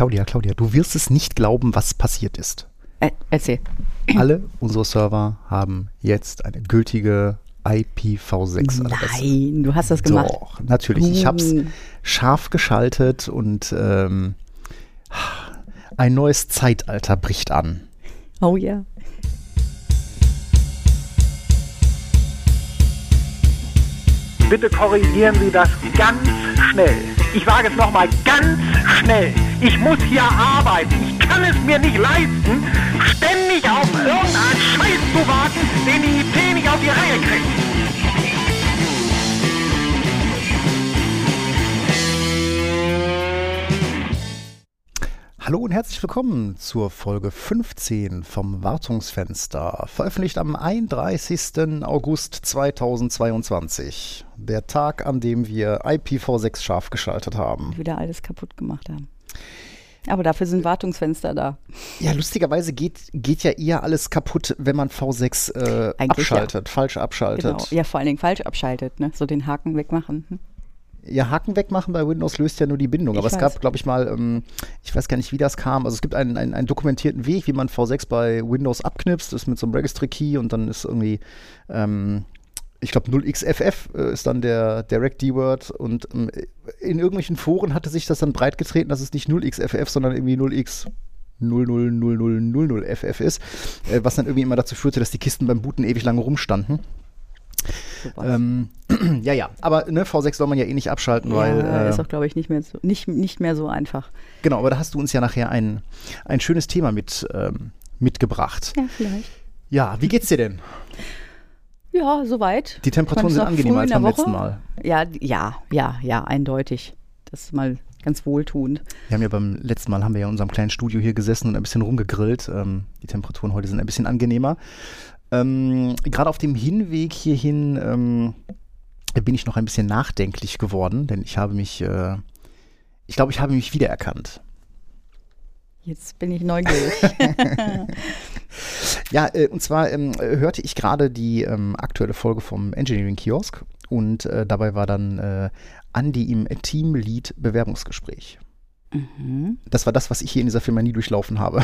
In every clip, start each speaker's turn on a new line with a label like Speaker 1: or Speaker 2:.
Speaker 1: Claudia, du wirst es nicht glauben, was passiert ist.
Speaker 2: Erzähl.
Speaker 1: Alle unsere Server haben jetzt eine gültige IPv6-Adresse.
Speaker 2: Nein, du hast das gemacht.
Speaker 1: Doch, natürlich. Ich habe es scharf geschaltet und ein neues Zeitalter bricht an.
Speaker 2: Oh ja.
Speaker 3: Bitte korrigieren Sie das ganz schnell. Ich sage es nochmal, ganz schnell. Ich muss hier arbeiten. Ich kann es mir nicht leisten, ständig auf irgendeinen Scheiß zu warten, den die IT nicht auf die Reihe kriegt.
Speaker 1: Hallo und herzlich willkommen zur Folge 15 vom Wartungsfenster, veröffentlicht am 31. August 2022, der Tag, an dem wir IPv6 scharf geschaltet haben.
Speaker 2: Wieder alles kaputt gemacht haben. Aber dafür sind Wartungsfenster da.
Speaker 1: Ja, lustigerweise geht ja eher alles kaputt, wenn man V6 abschaltet, ja. Falsch abschaltet.
Speaker 2: Genau. Ja, vor allen Dingen falsch abschaltet, ne? So den Haken wegmachen.
Speaker 1: Ja, Haken wegmachen bei Windows löst ja nur die Bindung. Aber es gab, glaube ich mal, ich weiß gar nicht, wie das kam. Also es gibt einen dokumentierten Weg, wie man V6 bei Windows abknipst. Das ist mit so einem Registry-Key und dann ist irgendwie, ich glaube 0xFF ist dann der Direct-D-Word. Und in irgendwelchen Foren hatte sich das dann breitgetreten, dass es nicht 0xFF, sondern irgendwie 0x 000000FF ist. Was dann irgendwie immer dazu führte, dass die Kisten beim Booten ewig lange rumstanden. Ja, aber ne, V6 soll man ja eh nicht abschalten, weil
Speaker 2: ist auch, glaube ich, nicht mehr so einfach.
Speaker 1: Genau, aber da hast du uns ja nachher ein schönes Thema mitgebracht.
Speaker 2: Ja, vielleicht.
Speaker 1: Ja, wie geht's dir denn?
Speaker 2: Ja, soweit.
Speaker 1: Die Temperaturen sind angenehmer als beim letzten Mal.
Speaker 2: Ja, eindeutig. Das ist mal ganz wohltuend.
Speaker 1: Wir haben ja beim letzten Mal in unserem kleinen Studio hier gesessen und ein bisschen rumgegrillt. Die Temperaturen heute sind ein bisschen angenehmer. Gerade auf dem Hinweg hierhin bin ich noch ein bisschen nachdenklich geworden, denn ich glaube, ich habe mich wiedererkannt.
Speaker 2: Jetzt bin ich neugierig.
Speaker 1: Ja, und zwar hörte ich gerade die aktuelle Folge vom Engineering Kiosk und dabei war dann Andi im Teamlead-Bewerbungsgespräch. Mhm. Das war das, was ich hier in dieser Firma nie durchlaufen habe.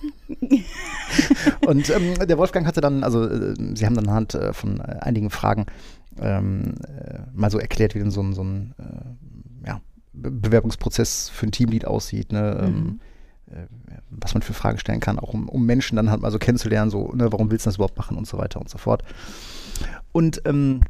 Speaker 1: Und der Wolfgang hatte dann, sie haben dann anhand von einigen Fragen mal so erklärt, wie denn so ein Bewerbungsprozess für ein Teamlead aussieht, ne? Was man für Fragen stellen kann, auch um Menschen dann halt mal so kennenzulernen, so, ne, warum willst du das überhaupt machen und so weiter und so fort. Und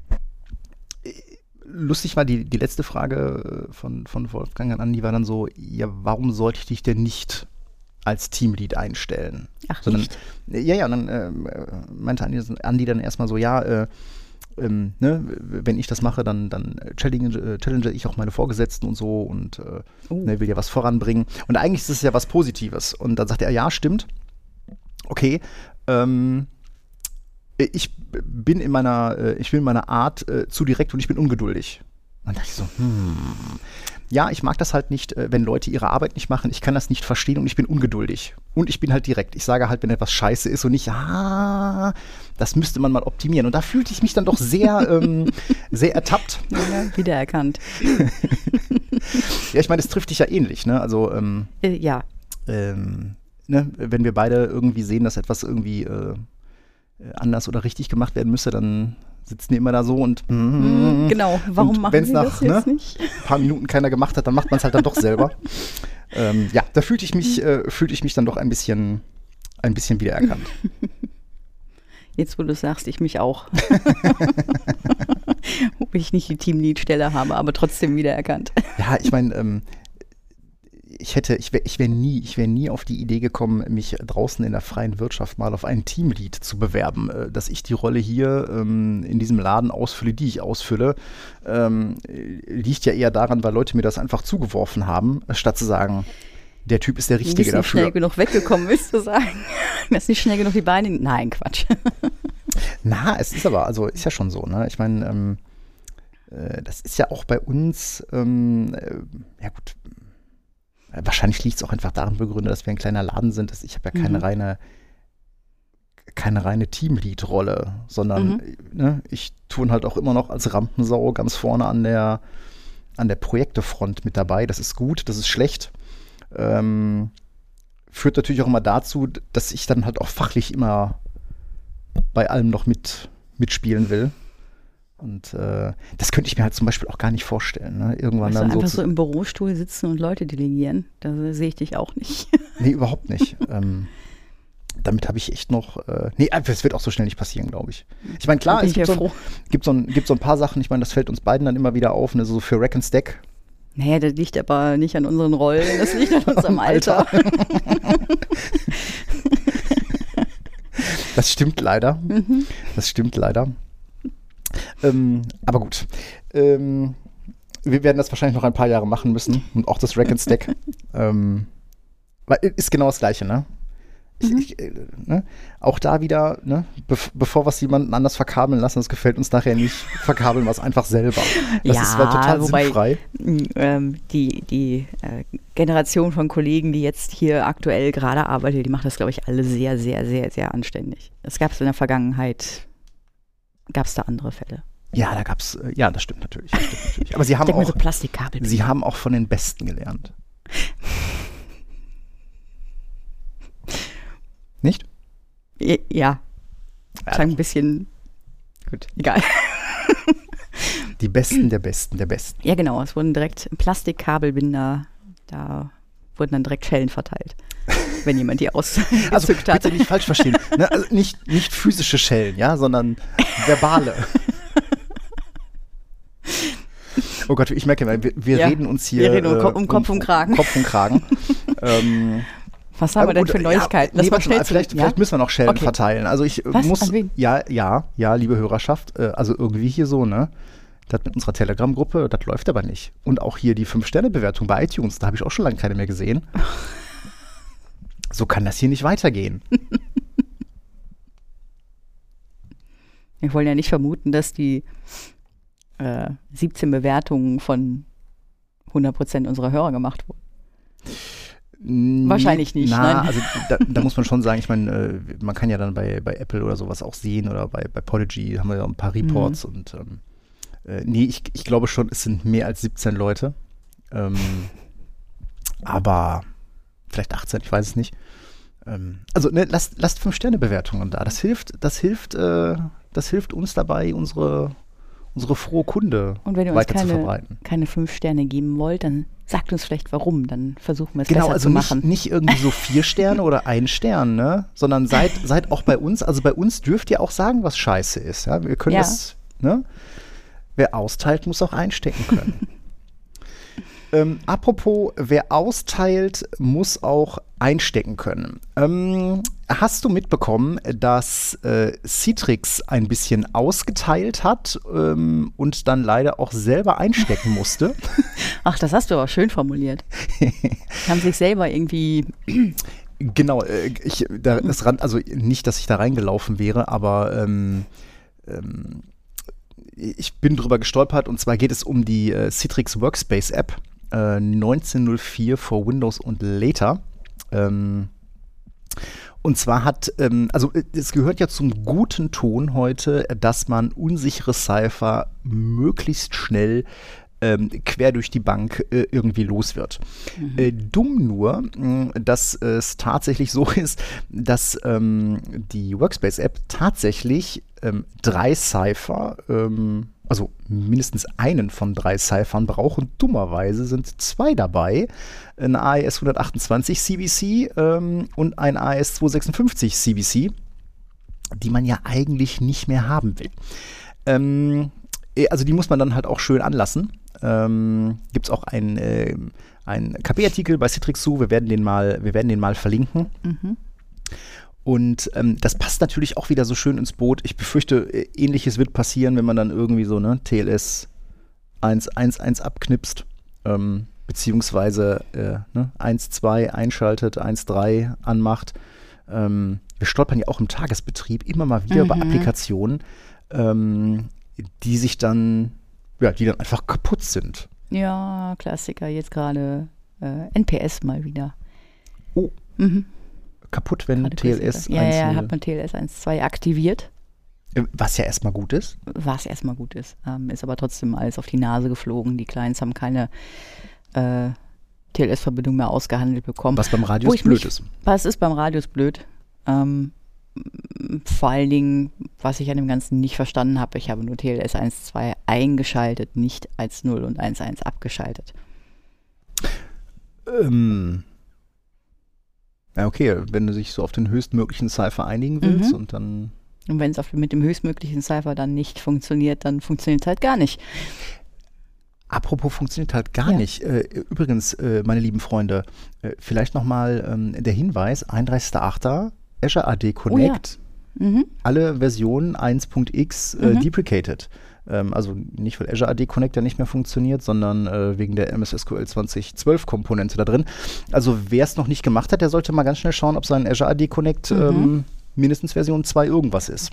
Speaker 1: lustig war die letzte Frage von Wolfgang an, die war dann so, ja, warum sollte ich dich denn nicht als Teamlead einstellen?
Speaker 2: Ach,
Speaker 1: nicht? Ja, und dann meinte Andi dann erstmal so, ja, ne, wenn ich das mache, dann challenge ich auch meine Vorgesetzten und so und ne, will ja was voranbringen. Und eigentlich ist es ja was Positives. Und dann sagte er, ja, stimmt. Okay, ich bin in meiner Art zu direkt und ich bin ungeduldig. Und dann dachte ich so, ja, ich mag das halt nicht, wenn Leute ihre Arbeit nicht machen. Ich kann das nicht verstehen und ich bin ungeduldig. Und ich bin halt direkt. Ich sage halt, wenn etwas scheiße ist und nicht, das müsste man mal optimieren. Und da fühlte ich mich dann doch sehr, sehr ertappt.
Speaker 2: Ja, wiedererkannt.
Speaker 1: Ja, ich meine, es trifft dich ja ähnlich, ne? Also,
Speaker 2: ja.
Speaker 1: Ne? Wenn wir beide irgendwie sehen, dass etwas irgendwie anders oder richtig gemacht werden müsste, dann sitzen die immer da so und
Speaker 2: genau, warum machen sie das jetzt nicht?
Speaker 1: Ein paar Minuten keiner gemacht hat, dann macht man es halt dann doch selber. Ja, da fühlte ich mich dann doch ein bisschen wiedererkannt.
Speaker 2: Jetzt, wo du sagst, ich mich auch. Ob ich nicht die Teamlead-Stelle habe, aber trotzdem wiedererkannt.
Speaker 1: Ja, ich meine, ich wäre nie auf die Idee gekommen, mich draußen in der freien Wirtschaft mal auf ein Teamlead zu bewerben. Dass ich die Rolle hier in diesem Laden ausfülle, die ich ausfülle, liegt ja eher daran, weil Leute mir das einfach zugeworfen haben, statt zu sagen, der Typ ist der Richtige dafür.
Speaker 2: Du bist nicht schnell genug weggekommen, willst du sagen? Du hast nicht schnell genug die Beine... Nein, Quatsch.
Speaker 1: Na, es ist aber, ist ja schon so, ne? Ich meine, das ist ja auch bei uns, ja gut, wahrscheinlich liegt es auch einfach daran begründet, dass wir ein kleiner Laden sind. Ich habe ja keine reine Teamlead-Rolle, sondern ne, ich tue halt auch immer noch als Rampensau ganz vorne an der Projektefront mit dabei. Das ist gut, das ist schlecht. führt natürlich auch immer dazu, dass ich dann halt auch fachlich immer bei allem noch mitspielen will. Und das könnte ich mir halt zum Beispiel auch gar nicht vorstellen. Ne? Irgendwann dann
Speaker 2: einfach so im Bürostuhl sitzen und Leute delegieren. Da sehe ich dich auch nicht.
Speaker 1: Nee, überhaupt nicht. Damit habe ich echt noch. Nee, das wird auch so schnell nicht passieren, glaube ich. Ich meine, klar, es gibt so ein paar Sachen, ich meine, das fällt uns beiden dann immer wieder auf, ne, so für Rack and Stack.
Speaker 2: Naja, das liegt aber nicht an unseren Rollen, das liegt an unserem Alter.
Speaker 1: Das stimmt leider. Das stimmt leider. Aber gut. Wir werden das wahrscheinlich noch ein paar Jahre machen müssen. Und auch das Rack and Stack. Weil ist genau das Gleiche, ne? Ne? Auch da wieder, ne? Bevor wir es jemanden anders verkabeln lassen, das gefällt uns nachher nicht, verkabeln wir es einfach selber. Das ist total sinnfrei.
Speaker 2: Die Generation von Kollegen, die jetzt hier aktuell gerade arbeitet, die macht das, glaube ich, alle sehr, sehr, sehr, sehr anständig. Es gab es in der Vergangenheit, gab es da andere Fälle.
Speaker 1: Ja, da gab's, ja, das stimmt natürlich. Aber sie haben
Speaker 2: so Plastikkabel.
Speaker 1: Sie haben auch von den Besten gelernt. Nicht?
Speaker 2: Ja. Klang ein bisschen. Gut, egal.
Speaker 1: Die Besten der Besten der Besten.
Speaker 2: Ja, genau. Es wurden direkt Plastikkabelbinder, da wurden dann direkt Schellen verteilt, wenn jemand die ausgezückt
Speaker 1: also,
Speaker 2: hat.
Speaker 1: Bitte nicht falsch verstehen. Ne? Also nicht physische Schellen, ja, sondern verbale. Oh Gott, ich merke mal, wir reden uns hier.
Speaker 2: Wir reden um Kopf und Kragen.
Speaker 1: Kopf und Kragen.
Speaker 2: Was haben wir denn für Neuigkeiten?
Speaker 1: Vielleicht müssen wir noch Schellen verteilen. Also ich muss, ja, liebe Hörerschaft, also irgendwie hier so, ne? Das mit unserer Telegram-Gruppe, das läuft aber nicht. Und auch hier die 5-Sterne-Bewertung bei iTunes, da habe ich auch schon lange keine mehr gesehen. So kann das hier nicht weitergehen.
Speaker 2: Wir wollen ja nicht vermuten, dass die 17 Bewertungen von 100% unserer Hörer gemacht wurden. Wahrscheinlich nicht. Nein.
Speaker 1: Also da muss man schon sagen, ich meine, man kann ja dann bei Apple oder sowas auch sehen oder bei Podigy haben wir ja ein paar Reports und nee, ich glaube schon, es sind mehr als 17 Leute. Aber vielleicht 18, ich weiß es nicht. Also ne, lasst 5-Sterne-Bewertungen da. Das hilft uns dabei, unsere frohe Kunde weiter zu verbreiten.
Speaker 2: Und wenn ihr uns keine 5 Sterne geben wollt, dann sagt uns vielleicht warum, dann versuchen wir es besser zu machen.
Speaker 1: Genau, also nicht irgendwie so 4 Sterne oder 1 Stern, ne? Sondern seid auch bei uns, also bei uns dürft ihr auch sagen, was scheiße ist. Ja? Wir können das, ne? Wer austeilt, muss auch einstecken können. Apropos, wer austeilt, muss auch einstecken können. Hast du mitbekommen, dass Citrix ein bisschen ausgeteilt hat und dann leider auch selber einstecken musste?
Speaker 2: Ach, das hast du aber schön formuliert. Haben sich selber irgendwie...
Speaker 1: Genau, also nicht, dass ich da reingelaufen wäre, aber ich bin drüber gestolpert und zwar geht es um die Citrix Workspace App 1904 for Windows und Later. Und zwar also es gehört ja zum guten Ton heute, dass man unsichere Cipher möglichst schnell quer durch die Bank irgendwie los wird. Dumm nur, dass es tatsächlich so ist, dass die Workspace-App tatsächlich 3 Cipher, also mindestens einen von 3 Ciphern braucht und dummerweise sind 2 dabei, ein AES 128 CBC und ein AES 256 CBC, die man ja eigentlich nicht mehr haben will. Also die muss man dann halt auch schön anlassen. Gibt es auch einen KP-Artikel bei Citrix zu, wir werden den mal verlinken. Und das passt natürlich auch wieder so schön ins Boot. Ich befürchte, Ähnliches wird passieren, wenn man dann irgendwie so TLS 1.1.1 abknipst, beziehungsweise 1.2 einschaltet, 1.3 anmacht. Wir stolpern ja auch im Tagesbetrieb immer mal wieder über Applikationen, die sich dann, die dann einfach kaputt sind.
Speaker 2: Ja, Klassiker, jetzt gerade NPS mal wieder.
Speaker 1: Oh. Kaputt, wenn TLS 1.0.
Speaker 2: Ja, hat man TLS 1.2 aktiviert.
Speaker 1: Was ja erstmal gut ist.
Speaker 2: Ist aber trotzdem alles auf die Nase geflogen. Die Clients haben keine TLS-Verbindung mehr ausgehandelt bekommen.
Speaker 1: Was beim Radius blöd ist.
Speaker 2: Was ist beim Radius blöd? Vor allen Dingen, was ich an dem Ganzen nicht verstanden habe, ich habe nur TLS 1.2 eingeschaltet, nicht 1.0 und 1.1 abgeschaltet.
Speaker 1: Ja, okay, wenn du dich so auf den höchstmöglichen Cipher einigen willst und dann...
Speaker 2: Und wenn es mit dem höchstmöglichen Cipher dann nicht funktioniert, dann funktioniert es halt gar nicht.
Speaker 1: Apropos funktioniert halt gar nicht. Übrigens, meine lieben Freunde, vielleicht nochmal der Hinweis, 31.08. Azure AD Connect, alle Versionen 1.x deprecated. Also nicht, weil Azure AD Connect ja nicht mehr funktioniert, sondern wegen der MS SQL 2012 Komponente da drin. Also wer es noch nicht gemacht hat, der sollte mal ganz schnell schauen, ob sein Azure AD Connect mindestens Version 2 irgendwas ist.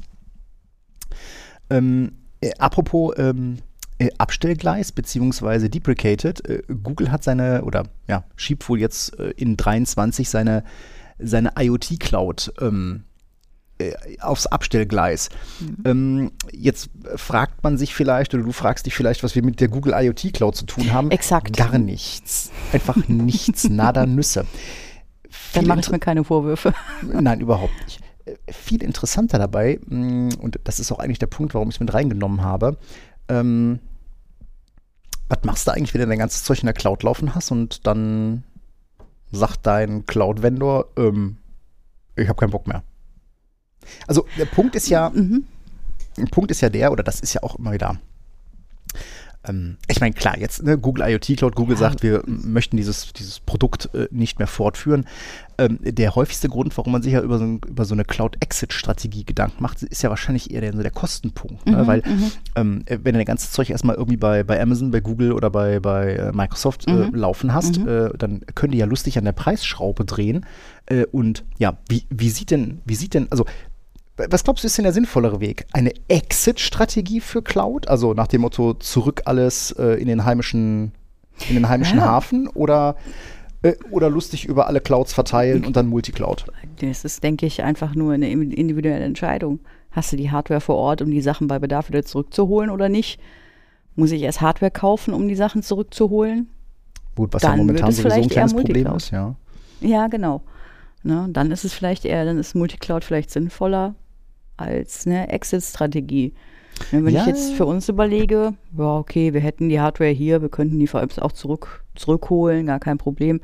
Speaker 1: Apropos Abstellgleis bzw. deprecated, Google hat schiebt wohl jetzt in 23 seine IoT-Cloud aufs Abstellgleis. Jetzt fragt man sich vielleicht, oder du fragst dich vielleicht, was wir mit der Google IoT Cloud zu tun haben.
Speaker 2: Exakt.
Speaker 1: Gar nichts. Einfach nichts, nada Nüsse.
Speaker 2: Dann mache ich mir keine Vorwürfe.
Speaker 1: Nein, überhaupt nicht. Viel interessanter dabei, und das ist auch eigentlich der Punkt, warum ich es mit reingenommen habe, was machst du eigentlich, wenn du dein ganzes Zeug in der Cloud laufen hast und dann sagt dein Cloud-Vendor, ich habe keinen Bock mehr. Also der Punkt ist ja, der, oder das ist ja auch immer wieder, ich meine, klar, jetzt Google IoT Cloud, Google sagt, wir möchten dieses Produkt nicht mehr fortführen. Der häufigste Grund, warum man sich ja über so eine Cloud-Exit-Strategie Gedanken macht, ist ja wahrscheinlich eher der Kostenpunkt. Weil wenn du das ganze Zeug erstmal irgendwie bei Amazon, bei Google oder bei Microsoft laufen hast, dann können die ja lustig an der Preisschraube drehen. Und ja, wie sieht denn, also was glaubst du, ist denn der sinnvollere Weg? Eine Exit-Strategie für Cloud? Also nach dem Motto, zurück alles in den heimischen Hafen oder lustig über alle Clouds verteilen und dann Multicloud?
Speaker 2: Das ist, denke ich, einfach nur eine individuelle Entscheidung. Hast du die Hardware vor Ort, um die Sachen bei Bedarf wieder zurückzuholen oder nicht? Muss ich erst Hardware kaufen, um die Sachen zurückzuholen?
Speaker 1: Gut, was ja momentan sowieso ein kleines Problem ist, ja.
Speaker 2: Ja, genau. Dann ist es vielleicht dann ist Multicloud vielleicht sinnvoller als eine Exit-Strategie. Wenn ich jetzt für uns überlege, ja, okay, wir hätten die Hardware hier, wir könnten die VMs auch zurückholen, gar kein Problem.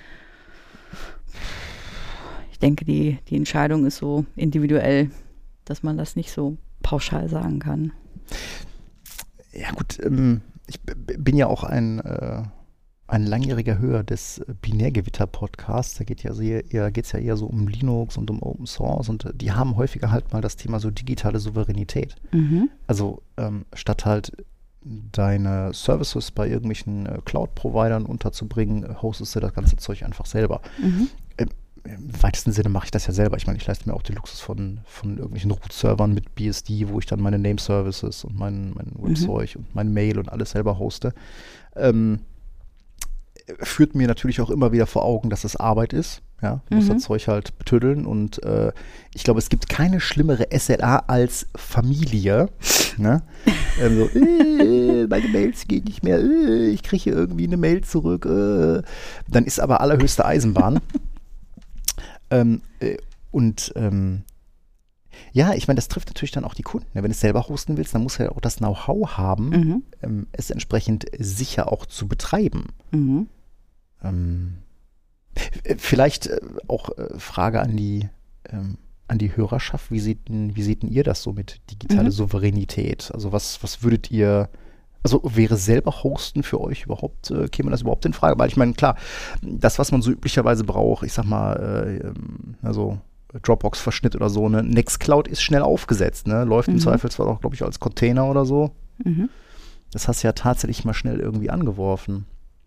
Speaker 2: Ich denke, die Entscheidung ist so individuell, dass man das nicht so pauschal sagen kann.
Speaker 1: Ja gut, ich bin ja auch ein langjähriger Hörer des Binärgewitter-Podcasts. Da geht's ja eher so um Linux und um Open Source und die haben häufiger halt mal das Thema so digitale Souveränität. Also statt halt deine Services bei irgendwelchen Cloud-Providern unterzubringen, hostest du das ganze Zeug einfach selber. Im weitesten Sinne mache ich das ja selber. Ich meine, ich leiste mir auch den Luxus von irgendwelchen Root-Servern mit BSD, wo ich dann meine Name-Services und mein Webzeug und mein Mail und alles selber hoste. Führt mir natürlich auch immer wieder vor Augen, dass es Arbeit ist. Ja, muss das Zeug halt betüddeln und ich glaube, es gibt keine schlimmere SLA als Familie. Ne? Meine Mails gehen nicht mehr, ich kriege hier irgendwie eine Mail zurück. Dann ist aber allerhöchste Eisenbahn. Ja, ich meine, das trifft natürlich dann auch die Kunden. Wenn du es selber hosten willst, dann musst du ja auch das Know-how haben, es entsprechend sicher auch zu betreiben. Vielleicht auch Frage an die Hörerschaft. Wie seht denn ihr das so mit digitaler Souveränität? Also was würdet ihr, also wäre selber Hosten für euch überhaupt, käme das überhaupt in Frage? Weil ich meine, klar, das, was man so üblicherweise braucht, ich sag mal, also Dropbox-Verschnitt oder so, ne? Nextcloud ist schnell aufgesetzt, ne? Läuft im Zweifelsfall auch, glaube ich, als Container oder so. Das hast du ja tatsächlich mal schnell irgendwie angeworfen.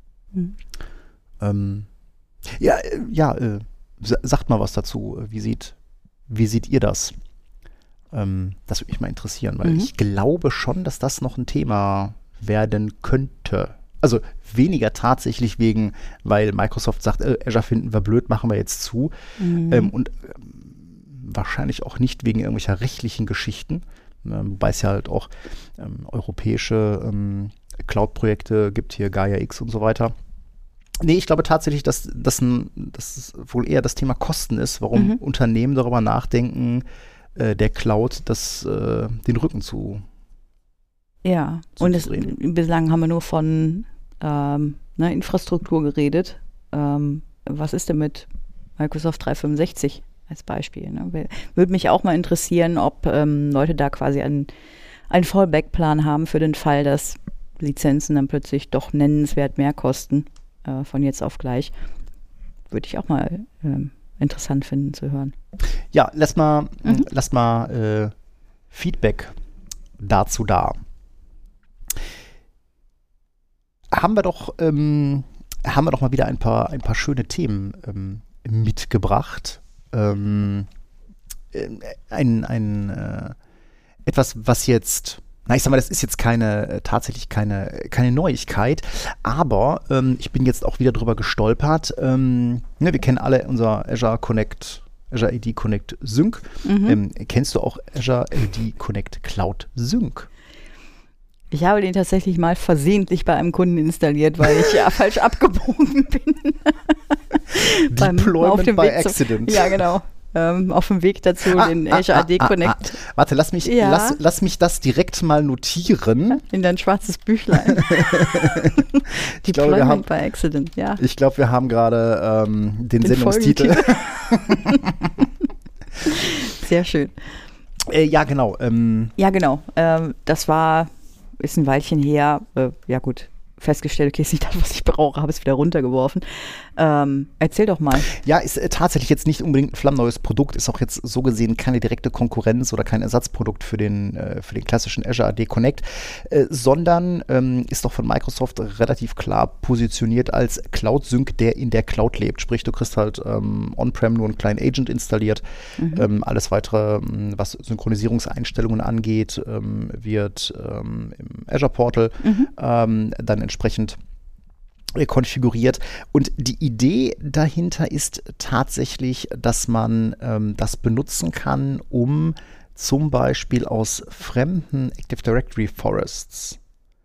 Speaker 1: Sagt mal was dazu. Wie seht ihr das? Das würde mich mal interessieren, weil ich glaube schon, dass das noch ein Thema werden könnte. Also weniger tatsächlich weil Microsoft sagt, Azure finden wir blöd, machen wir jetzt zu. Und wahrscheinlich auch nicht wegen irgendwelcher rechtlichen Geschichten. Wobei es ja halt auch europäische Cloud-Projekte gibt, hier Gaia X und so weiter. Nee, ich glaube tatsächlich, dass das wohl eher das Thema Kosten ist, warum Unternehmen darüber nachdenken, der Cloud den Rücken zu.
Speaker 2: Ja, und bislang haben wir nur von Infrastruktur geredet. Was ist denn mit Microsoft 365 als Beispiel? Ne? Würde mich auch mal interessieren, ob Leute da quasi einen Fallback-Plan haben für den Fall, dass Lizenzen dann plötzlich doch nennenswert mehr kosten von jetzt auf gleich. Würde ich auch mal interessant finden zu hören.
Speaker 1: Ja, lass mal Feedback dazu da. Haben wir doch mal wieder ein paar schöne Themen mitgebracht. Etwas, was jetzt, ich sag mal, das ist jetzt tatsächlich keine Neuigkeit, aber ich bin jetzt auch wieder drüber gestolpert. Wir kennen alle unser Azure AD Connect Sync. Kennst du auch Azure AD Connect Cloud Sync?
Speaker 2: Ich habe den tatsächlich mal versehentlich bei einem Kunden installiert, weil ich falsch abgebogen bin.
Speaker 1: Deployment by accident.
Speaker 2: Ja, genau. Auf dem Weg dazu, den Azure AD Connect.
Speaker 1: Warte, lass mich das direkt mal notieren.
Speaker 2: In dein schwarzes Büchlein. Deployment by accident, ja.
Speaker 1: Ich glaube, wir haben gerade den Sendungstitel.
Speaker 2: Sehr schön.
Speaker 1: Ja, genau.
Speaker 2: Das ist ein Weilchen her. Ja gut, festgestellt, okay, ist nicht das, was ich brauche, habe es wieder runtergeworfen. Erzähl doch mal.
Speaker 1: Ja, ist tatsächlich jetzt nicht unbedingt ein flammneues Produkt, ist auch jetzt so gesehen keine direkte Konkurrenz oder kein Ersatzprodukt für den klassischen Azure AD Connect, sondern ist doch von Microsoft relativ klar positioniert als Cloud-Sync, der in der Cloud lebt. Sprich, du kriegst halt on-prem nur einen kleinen Agent installiert. Alles weitere, was Synchronisierungseinstellungen angeht, wird im Azure Portal dann entsprechend konfiguriert. Und die Idee dahinter ist tatsächlich, dass man das benutzen kann, um zum Beispiel aus fremden Active Directory Forests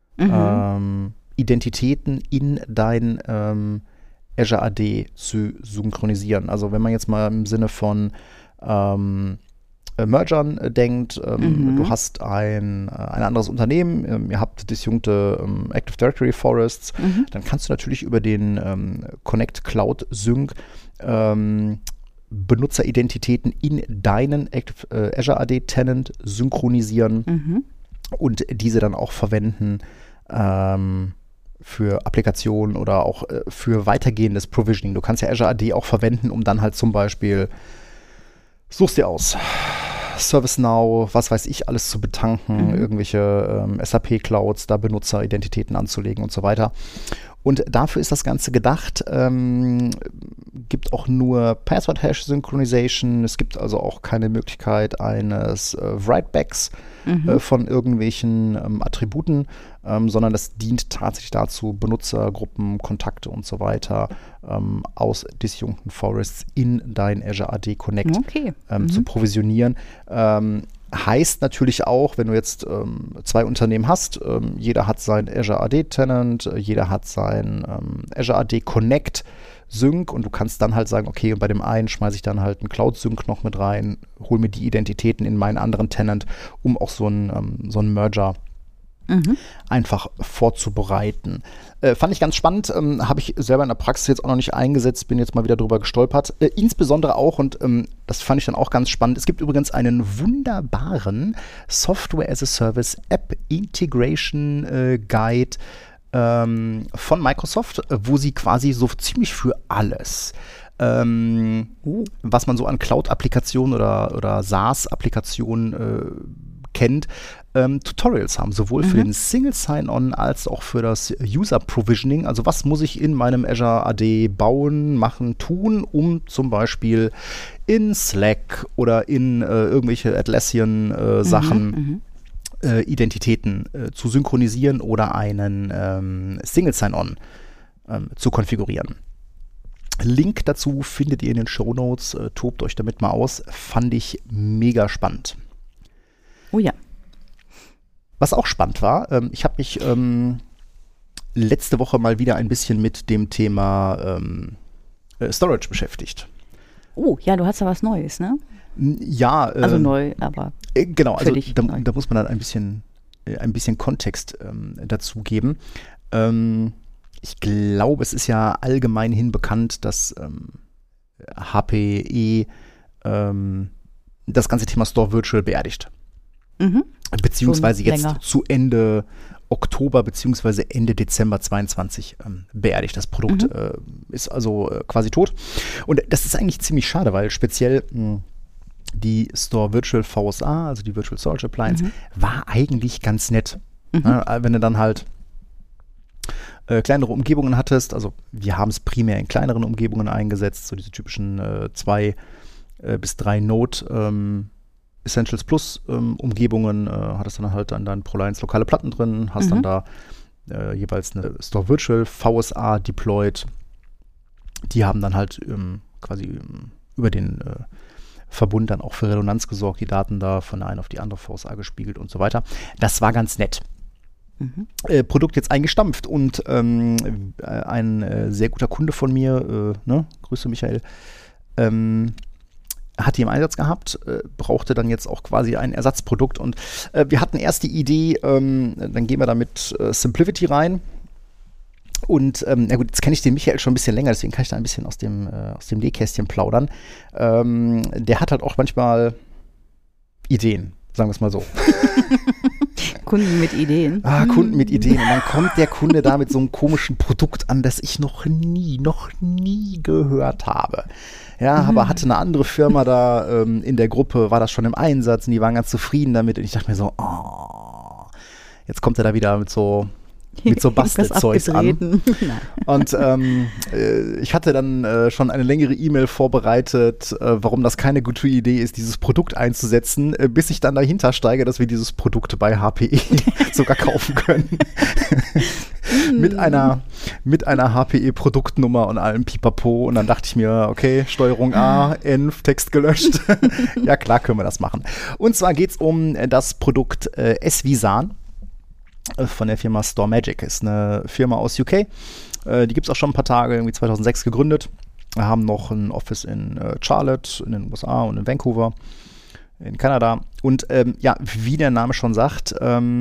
Speaker 1: Identitäten in dein Azure AD zu synchronisieren. Also wenn man jetzt mal im Sinne von Mergern denkt, du hast ein anderes Unternehmen, ihr habt disjunkte Active Directory Forests, dann kannst du natürlich über den Connect Cloud Sync Benutzeridentitäten in deinen Azure AD Tenant synchronisieren und diese dann auch verwenden für Applikationen oder auch für weitergehendes Provisioning. Du kannst ja Azure AD auch verwenden, um dann halt zum Beispiel, such's dir aus, ServiceNow, was weiß ich, alles zu betanken, irgendwelche SAP-Clouds, da Benutzeridentitäten anzulegen und so weiter. Und dafür ist das Ganze gedacht. Gibt auch nur Password-Hash-Synchronization. Es gibt also auch keine Möglichkeit eines Writebacks von irgendwelchen Attributen, sondern das dient tatsächlich dazu, Benutzergruppen, Kontakte und so weiter aus disjunkten Forests in dein Azure AD Connect zu provisionieren. Heißt natürlich auch, wenn du jetzt 2 Unternehmen hast, jeder hat sein Azure AD Tenant, jeder hat sein Azure AD Connect Sync und du kannst dann halt sagen, okay, bei dem einen schmeiße ich dann halt einen Cloud Sync noch mit rein, hol mir die Identitäten in meinen anderen Tenant, um auch so einen Merger einfach vorzubereiten. Fand ich ganz spannend, habe ich selber in der Praxis jetzt auch noch nicht eingesetzt, bin jetzt mal wieder drüber gestolpert. Insbesondere auch, und das fand ich dann auch ganz spannend, es gibt übrigens einen wunderbaren Software as a Service App Integration Guide von Microsoft, wo sie quasi so ziemlich für alles, was man so an Cloud-Applikationen oder SaaS-Applikationen kennt, Tutorials haben, sowohl für den Single Sign-On als auch für das User Provisioning. Also was muss ich in meinem Azure AD bauen, machen, tun, um zum Beispiel in Slack oder in irgendwelche Atlassian-Sachen Identitäten zu synchronisieren oder einen Single Sign-On zu konfigurieren. Link dazu findet ihr in den Shownotes. Tobt euch damit mal aus. Fand ich mega spannend.
Speaker 2: Oh ja.
Speaker 1: Was auch spannend war, ich habe mich letzte Woche mal wieder ein bisschen mit dem Thema Storage beschäftigt.
Speaker 2: Oh, ja, du hast ja was Neues, ne?
Speaker 1: Ja.
Speaker 2: Also neu, aber
Speaker 1: genau, also
Speaker 2: neu.
Speaker 1: Da muss man dann ein bisschen Kontext dazu geben. Ich glaube, es ist ja allgemeinhin bekannt, dass HPE das ganze Thema Store Virtual beerdigt. Beziehungsweise jetzt zu Ende Oktober beziehungsweise Ende Dezember 22 beerdigt. Das Produkt ist also quasi tot. Und das ist eigentlich ziemlich schade, weil speziell die Store Virtual VSA, also die Virtual Storage Appliance, war eigentlich ganz nett. Wenn du dann halt kleinere Umgebungen hattest, also wir haben es primär in kleineren Umgebungen eingesetzt, so diese typischen 2 bis 3 Node Essentials Plus Umgebungen, hattest dann halt an deinen ProLiants lokale Platten drin, hast dann da jeweils eine Store Virtual VSA deployed. Die haben dann halt quasi über den Verbund dann auch für Redundanz gesorgt, die Daten da von der einen auf die andere VSA gespiegelt und so weiter. Das war ganz nett. Produkt jetzt eingestampft und ein sehr guter Kunde von mir, Grüße Michael, hat die im Einsatz gehabt, brauchte dann jetzt auch quasi ein Ersatzprodukt und wir hatten erst die Idee, dann gehen wir da mit Simplivity rein und na gut, jetzt kenne ich den Michael schon ein bisschen länger, deswegen kann ich da ein bisschen aus dem Nähkästchen plaudern. Der hat halt auch manchmal Ideen, sagen wir es mal so.
Speaker 2: Kunden mit Ideen.
Speaker 1: Kunden mit Ideen. Und dann kommt der Kunde da mit so einem komischen Produkt an, das ich noch nie gehört habe. Ja, aber hatte eine andere Firma da in der Gruppe, war das schon im Einsatz und die waren ganz zufrieden damit. Und ich dachte mir so, jetzt kommt er da wieder mit so Bastelzeugs an. Und ich hatte dann schon eine längere E-Mail vorbereitet, warum das keine gute Idee ist, dieses Produkt einzusetzen, bis ich dann dahinter steige, dass wir dieses Produkt bei HPE sogar kaufen können. mit einer HPE-Produktnummer und allem Pipapo. Und dann dachte ich mir, okay, Steuerung A, Env, Text gelöscht. Ja klar, können wir das machen. Und zwar geht es um das Produkt SVSAN. Von der Firma StoreMagic. Ist eine Firma aus UK. Die gibt es auch schon ein paar Tage, irgendwie 2006 gegründet. Wir haben noch ein Office in Charlotte, in den USA und in Vancouver, in Kanada. Und wie der Name schon sagt,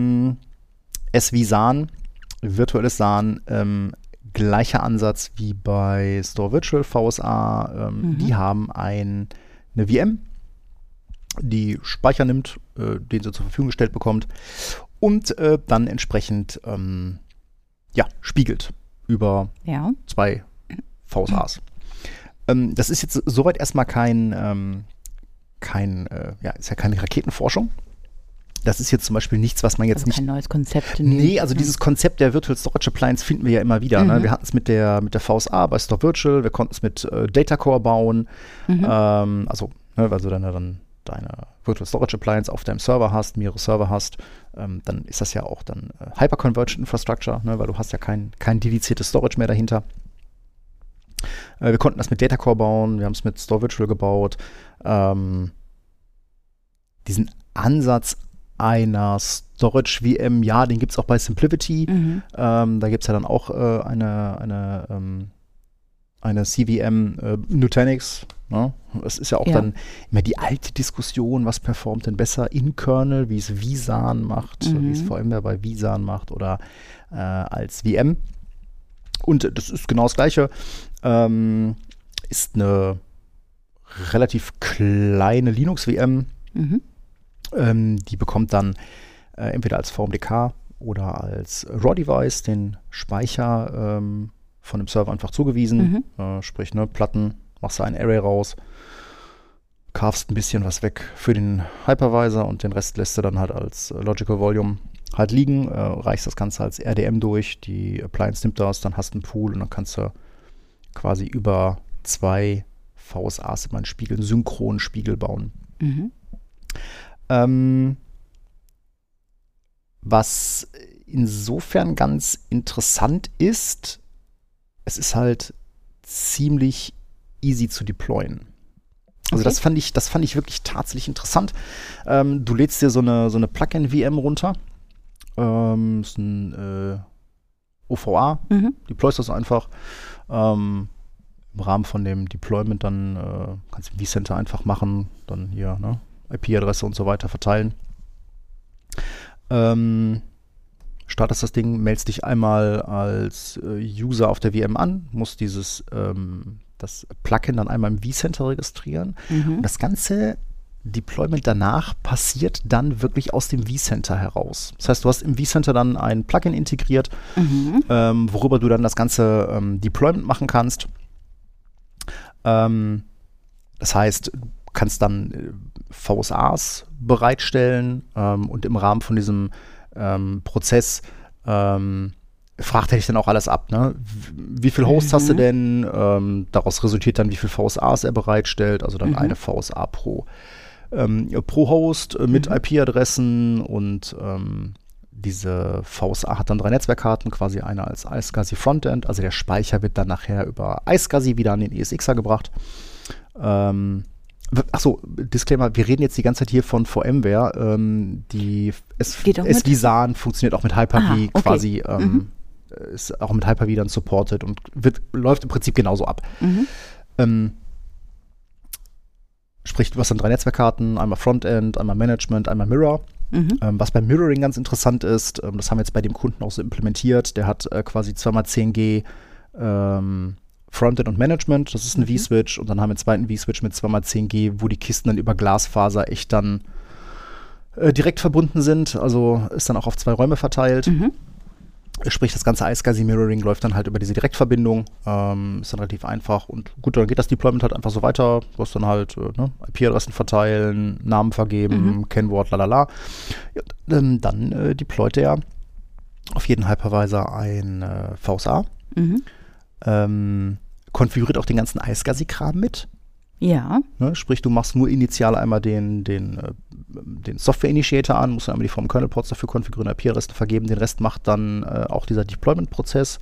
Speaker 1: SVSAN, virtuelles SAN, gleicher Ansatz wie bei Store Virtual VSA. Die haben eine VM, die Speicher nimmt, den sie zur Verfügung gestellt bekommt. Und dann entsprechend spiegelt über 2 VSAs. Das ist jetzt soweit erstmal ist ja keine Raketenforschung. Das ist jetzt zum Beispiel nichts, was man jetzt nicht.
Speaker 2: Kein neues Konzept.
Speaker 1: Nee, also dieses Konzept der Virtual Storage Appliance finden wir ja immer wieder. Ne? Wir hatten es mit der VSA bei Store Virtual, wir konnten es mit Data Core bauen. Weil du dann deine Virtual Storage Appliance auf deinem Server hast, mehrere Server hast, dann ist das ja auch dann Hyper-Converged Infrastructure, ne, weil du hast ja kein dediziertes Storage mehr dahinter. Wir konnten das mit Data Core bauen, wir haben es mit Store Virtual gebaut. Diesen Ansatz einer Storage VM, ja, den gibt es auch bei Simplivity. Da gibt es ja dann auch eine CVM Nutanix. Ne? Es ist ja auch dann immer die alte Diskussion, was performt denn besser in Kernel, wie es vSAN macht, wie es VMware bei vSAN macht oder als VM. Und das ist genau das Gleiche. Ist eine relativ kleine Linux-VM. Die bekommt dann entweder als VMDK oder als RAW-Device den Speicher von dem Server einfach zugewiesen. Sprich, Platten, machst du ein Array raus, carvest ein bisschen was weg für den Hypervisor und den Rest lässt du dann halt als Logical Volume halt liegen, reichst das Ganze als RDM durch, die Appliance nimmt das, dann hast du einen Pool und dann kannst du quasi über 2 VSAs immer einen synchronen Spiegel bauen. Was insofern ganz interessant ist, es ist halt ziemlich easy zu deployen. Also das fand ich wirklich tatsächlich interessant. Du lädst dir so eine Plugin-VM runter. Ist ein OVA, deployst das einfach. Im Rahmen von dem Deployment dann kannst du vCenter einfach machen, dann hier IP-Adresse und so weiter verteilen. Startest das Ding, meldest dich einmal als User auf der VM an, musst das Plugin dann einmal im vCenter registrieren. Und das ganze Deployment danach passiert dann wirklich aus dem vCenter heraus. Das heißt, du hast im vCenter dann ein Plugin integriert, worüber du dann das ganze Deployment machen kannst. Das heißt, du kannst dann VSAs bereitstellen und im Rahmen von diesem Prozess fragt er dich dann auch alles ab. Ne? Wie viel Hosts hast du denn? Daraus resultiert dann, wie viel VSAs er bereitstellt. Also dann eine VSA pro Host mit IP-Adressen und diese VSA hat dann 3 Netzwerkkarten, quasi eine als iSCSI Frontend. Also der Speicher wird dann nachher über iSCSI wieder an den ESXer gebracht. Achso, Disclaimer, wir reden jetzt die ganze Zeit hier von VMware. Die SVSAN funktioniert auch mit Hyper-V quasi, ist auch mit Hyper-V dann supported und läuft im Prinzip genauso ab. Sprich, du hast dann 3 Netzwerkkarten, einmal Frontend, einmal Management, einmal Mirror. Was beim Mirroring ganz interessant ist, das haben wir jetzt bei dem Kunden auch so implementiert, der hat quasi 2x10G Frontend und Management, das ist ein vSwitch, und dann haben wir einen zweiten vSwitch mit 2x10G, wo die Kisten dann über Glasfaser echt dann direkt verbunden sind, also ist dann auch auf 2 Räume verteilt. Sprich, das ganze iSCSI Mirroring läuft dann halt über diese Direktverbindung, ist dann relativ einfach und gut, dann geht das Deployment halt einfach so weiter, du hast dann halt IP-Adressen verteilen, Namen vergeben, Kennwort, lalala. Ja, dann deployt er auf jeden Hypervisor ein VSA, konfiguriert auch den ganzen iSCSI-Kram mit.
Speaker 2: Ja.
Speaker 1: Ne, sprich, du machst nur initial einmal den Software-Initiator an, musst dann einmal die Form-Kernel-Ports dafür konfigurieren, IP-Adressen vergeben. Den Rest macht dann auch dieser Deployment-Prozess.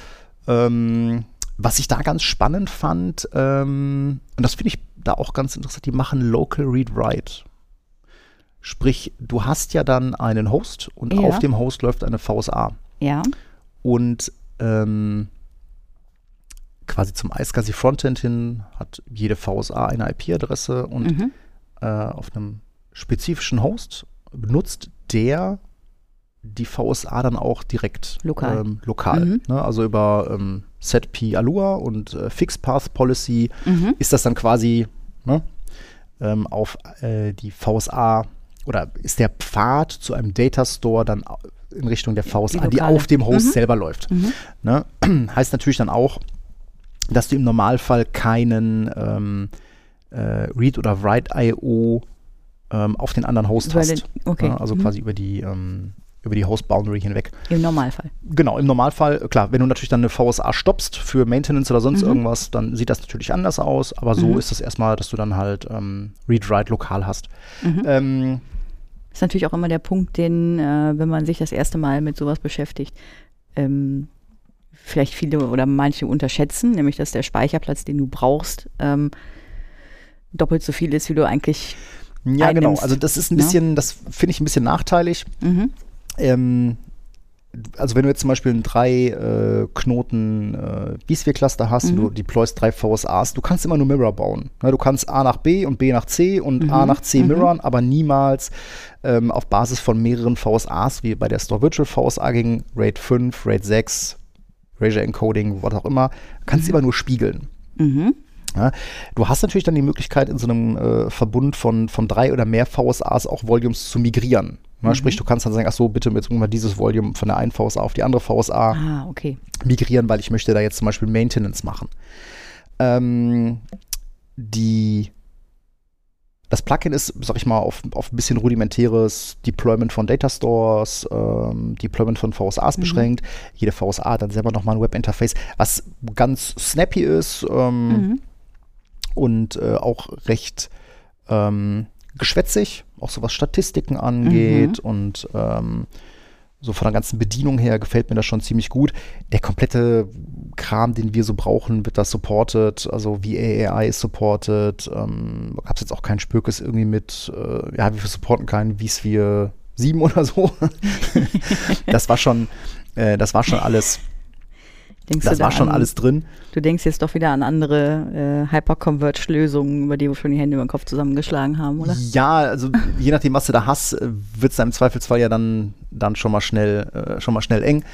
Speaker 1: Was ich da ganz spannend fand, und das finde ich da auch ganz interessant, die machen Local Read-Write. Sprich, du hast ja dann einen Host und auf dem Host läuft eine VSA.
Speaker 2: Ja.
Speaker 1: Und quasi zum iSCSI Frontend hin hat jede VSA eine IP-Adresse und auf einem spezifischen Host benutzt der die VSA dann auch direkt lokal. Ne? Also über ZP Allure und Fixed Path Policy ist das dann quasi auf die VSA oder ist der Pfad zu einem Data Store dann in Richtung der VSA, die auf dem Host selber läuft. Ne? Heißt natürlich dann auch, dass du im Normalfall keinen Read- oder Write-IO auf den anderen Host hast. Also quasi über die Host-Boundary hinweg.
Speaker 2: Im Normalfall.
Speaker 1: Genau, im Normalfall. Klar, wenn du natürlich dann eine VSA stoppst für Maintenance oder sonst irgendwas, dann sieht das natürlich anders aus. Aber so ist es erstmal, dass du dann halt Read-Write lokal hast.
Speaker 2: Ist natürlich auch immer der Punkt, den, wenn man sich das erste Mal mit sowas beschäftigt, vielleicht viele oder manche unterschätzen, nämlich dass der Speicherplatz, den du brauchst, doppelt so viel ist, wie du eigentlich
Speaker 1: einnimmt. Genau. Also das ist ein bisschen, das finde ich ein bisschen nachteilig. Also wenn du jetzt zum Beispiel einen 3 Knoten vSphere-Cluster hast und du deployst 3 VSAs, du kannst immer nur Mirror bauen. Ne, du kannst A nach B und B nach C und A nach C mirrorn, aber niemals auf Basis von mehreren VSAs, wie bei der Store Virtual VSA gegen RAID 5, RAID 6, Erasure Encoding, was auch immer, kannst immer nur spiegeln. Ja, du hast natürlich dann die Möglichkeit, in so einem Verbund von 3 oder mehr VSAs auch Volumes zu migrieren. Ja, sprich, du kannst dann sagen, ach so, bitte jetzt mal dieses Volume von der einen VSA auf die andere VSA migrieren, weil ich möchte da jetzt zum Beispiel Maintenance machen. Das Plugin ist, sag ich mal, auf ein bisschen rudimentäres Deployment von Data Stores, Deployment von VSAs beschränkt. Jede VSA hat dann selber nochmal ein Webinterface, was ganz snappy ist und auch recht geschwätzig, auch so was Statistiken angeht und so von der ganzen Bedienung her gefällt mir das schon ziemlich gut. Der komplette Kram, den wir so brauchen, wird das supported, also VAAI ist supported, gab es jetzt auch keinen Spökes irgendwie mit, wir supporten keinen vSphere 7 oder so. Das war schon alles Das war schon alles drin.
Speaker 2: Du denkst jetzt doch wieder an andere Hyper-Converge-Lösungen, über die wir schon die Hände über den Kopf zusammengeschlagen haben, oder?
Speaker 1: Ja, also je nachdem, was du da hast, wird es im Zweifelsfall ja dann schon mal schnell eng.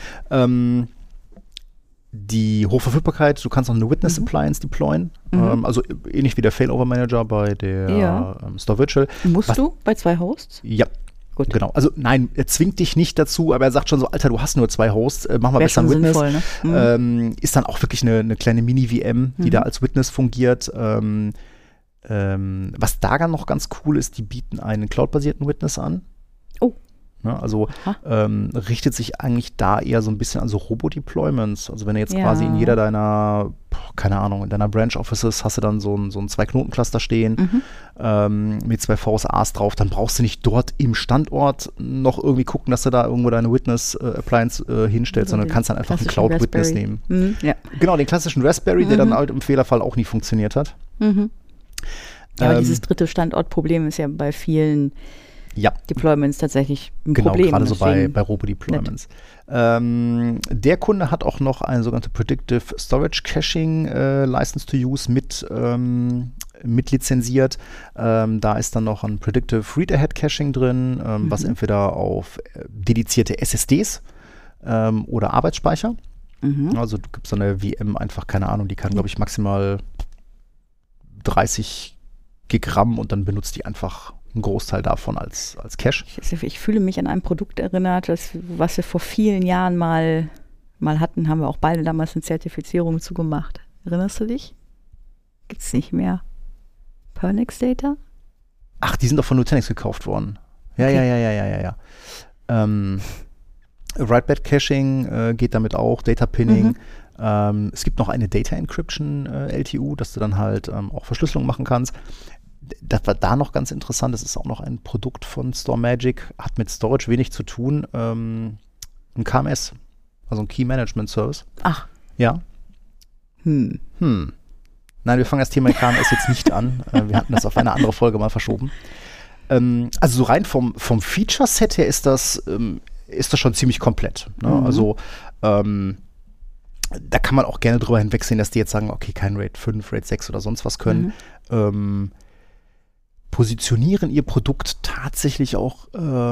Speaker 1: Die Hochverfügbarkeit, du kannst auch eine Witness Appliance deployen, also ähnlich wie der Failover Manager bei der Store Virtual.
Speaker 2: Musst du bei 2 Hosts?
Speaker 1: Ja. Gut. Genau, also nein, er zwingt dich nicht dazu, aber er sagt schon so, Alter, du hast nur 2 Hosts, mach mal besser ein Witness. Sinnvoll, ne? Ist dann auch wirklich eine kleine Mini-VM, die da als Witness fungiert. Was da dann noch ganz cool ist, die bieten einen cloud-basierten Witness an.
Speaker 2: Oh.
Speaker 1: Ne, also richtet sich eigentlich da eher so ein bisschen an so Robo-Deployments. Also wenn du jetzt quasi in jeder deiner, keine Ahnung, in deiner Branch-Offices hast du dann so ein 2-Knoten-Cluster stehen mit 2 VSAs drauf, dann brauchst du nicht dort im Standort noch irgendwie gucken, dass du da irgendwo deine Witness-Appliance hinstellst, sondern du kannst dann einfach einen Cloud-Witness nehmen. Ja. Genau, den klassischen Raspberry, der dann halt im Fehlerfall auch nie funktioniert hat.
Speaker 2: Ja, aber dieses dritte Standortproblem ist ja bei vielen Deployments tatsächlich ein Problem.
Speaker 1: Genau, gerade so bei Robo-Deployments. Der Kunde hat auch noch eine sogenannte Predictive Storage Caching License to Use mit lizenziert. Da ist dann noch ein Predictive Read-Ahead Caching drin, was entweder auf dedizierte SSDs oder Arbeitsspeicher. Also du gibst so eine VM einfach, keine Ahnung, die kann, glaube ich, maximal 30 Gigramm und dann benutzt die einfach einen Großteil davon als Cache.
Speaker 2: Ich fühle mich an ein Produkt erinnert, was wir vor vielen Jahren mal hatten, haben wir auch beide damals eine Zertifizierung zugemacht. Erinnerst du dich? Gibt's nicht mehr. Pernix Data?
Speaker 1: Ach, die sind doch von Nutanix gekauft worden. Ja. Write-Back Caching geht damit auch, Data Pinning. Es gibt noch eine Data Encryption LTU, dass du dann halt auch Verschlüsselung machen kannst. Das war da noch ganz interessant, das ist auch noch ein Produkt von StoreMagic, hat mit Storage wenig zu tun, ein KMS, also ein Key Management Service.
Speaker 2: Ach.
Speaker 1: Ja. Nein, wir fangen das Thema KMS jetzt nicht an, wir hatten das auf eine andere Folge mal verschoben. Also so rein vom Feature-Set her ist das schon ziemlich komplett. Ne? Also da kann man auch gerne drüber hinwegsehen, dass die jetzt sagen, okay, kein RAID 5, RAID 6 oder sonst was können. Positionieren ihr Produkt tatsächlich auch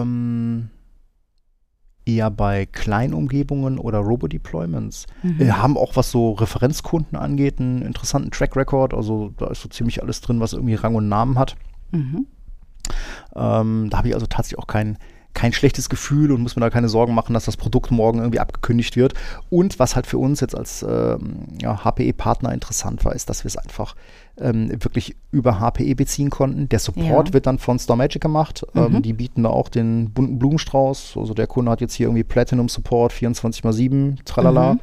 Speaker 1: eher bei Kleinumgebungen oder Robo-Deployments. Haben auch, was so Referenzkunden angeht, einen interessanten Track-Record. Also da ist so ziemlich alles drin, was irgendwie Rang und Namen hat. Da habe ich also tatsächlich auch kein schlechtes Gefühl und muss mir da keine Sorgen machen, dass das Produkt morgen irgendwie abgekündigt wird. Und was halt für uns jetzt als HPE-Partner interessant war, ist, dass wir es einfach wirklich über HPE beziehen konnten. Der Support wird dann von StoreMagic gemacht. Die bieten da auch den bunten Blumenstrauß. Also der Kunde hat jetzt hier irgendwie Platinum Support 24/7, tralala.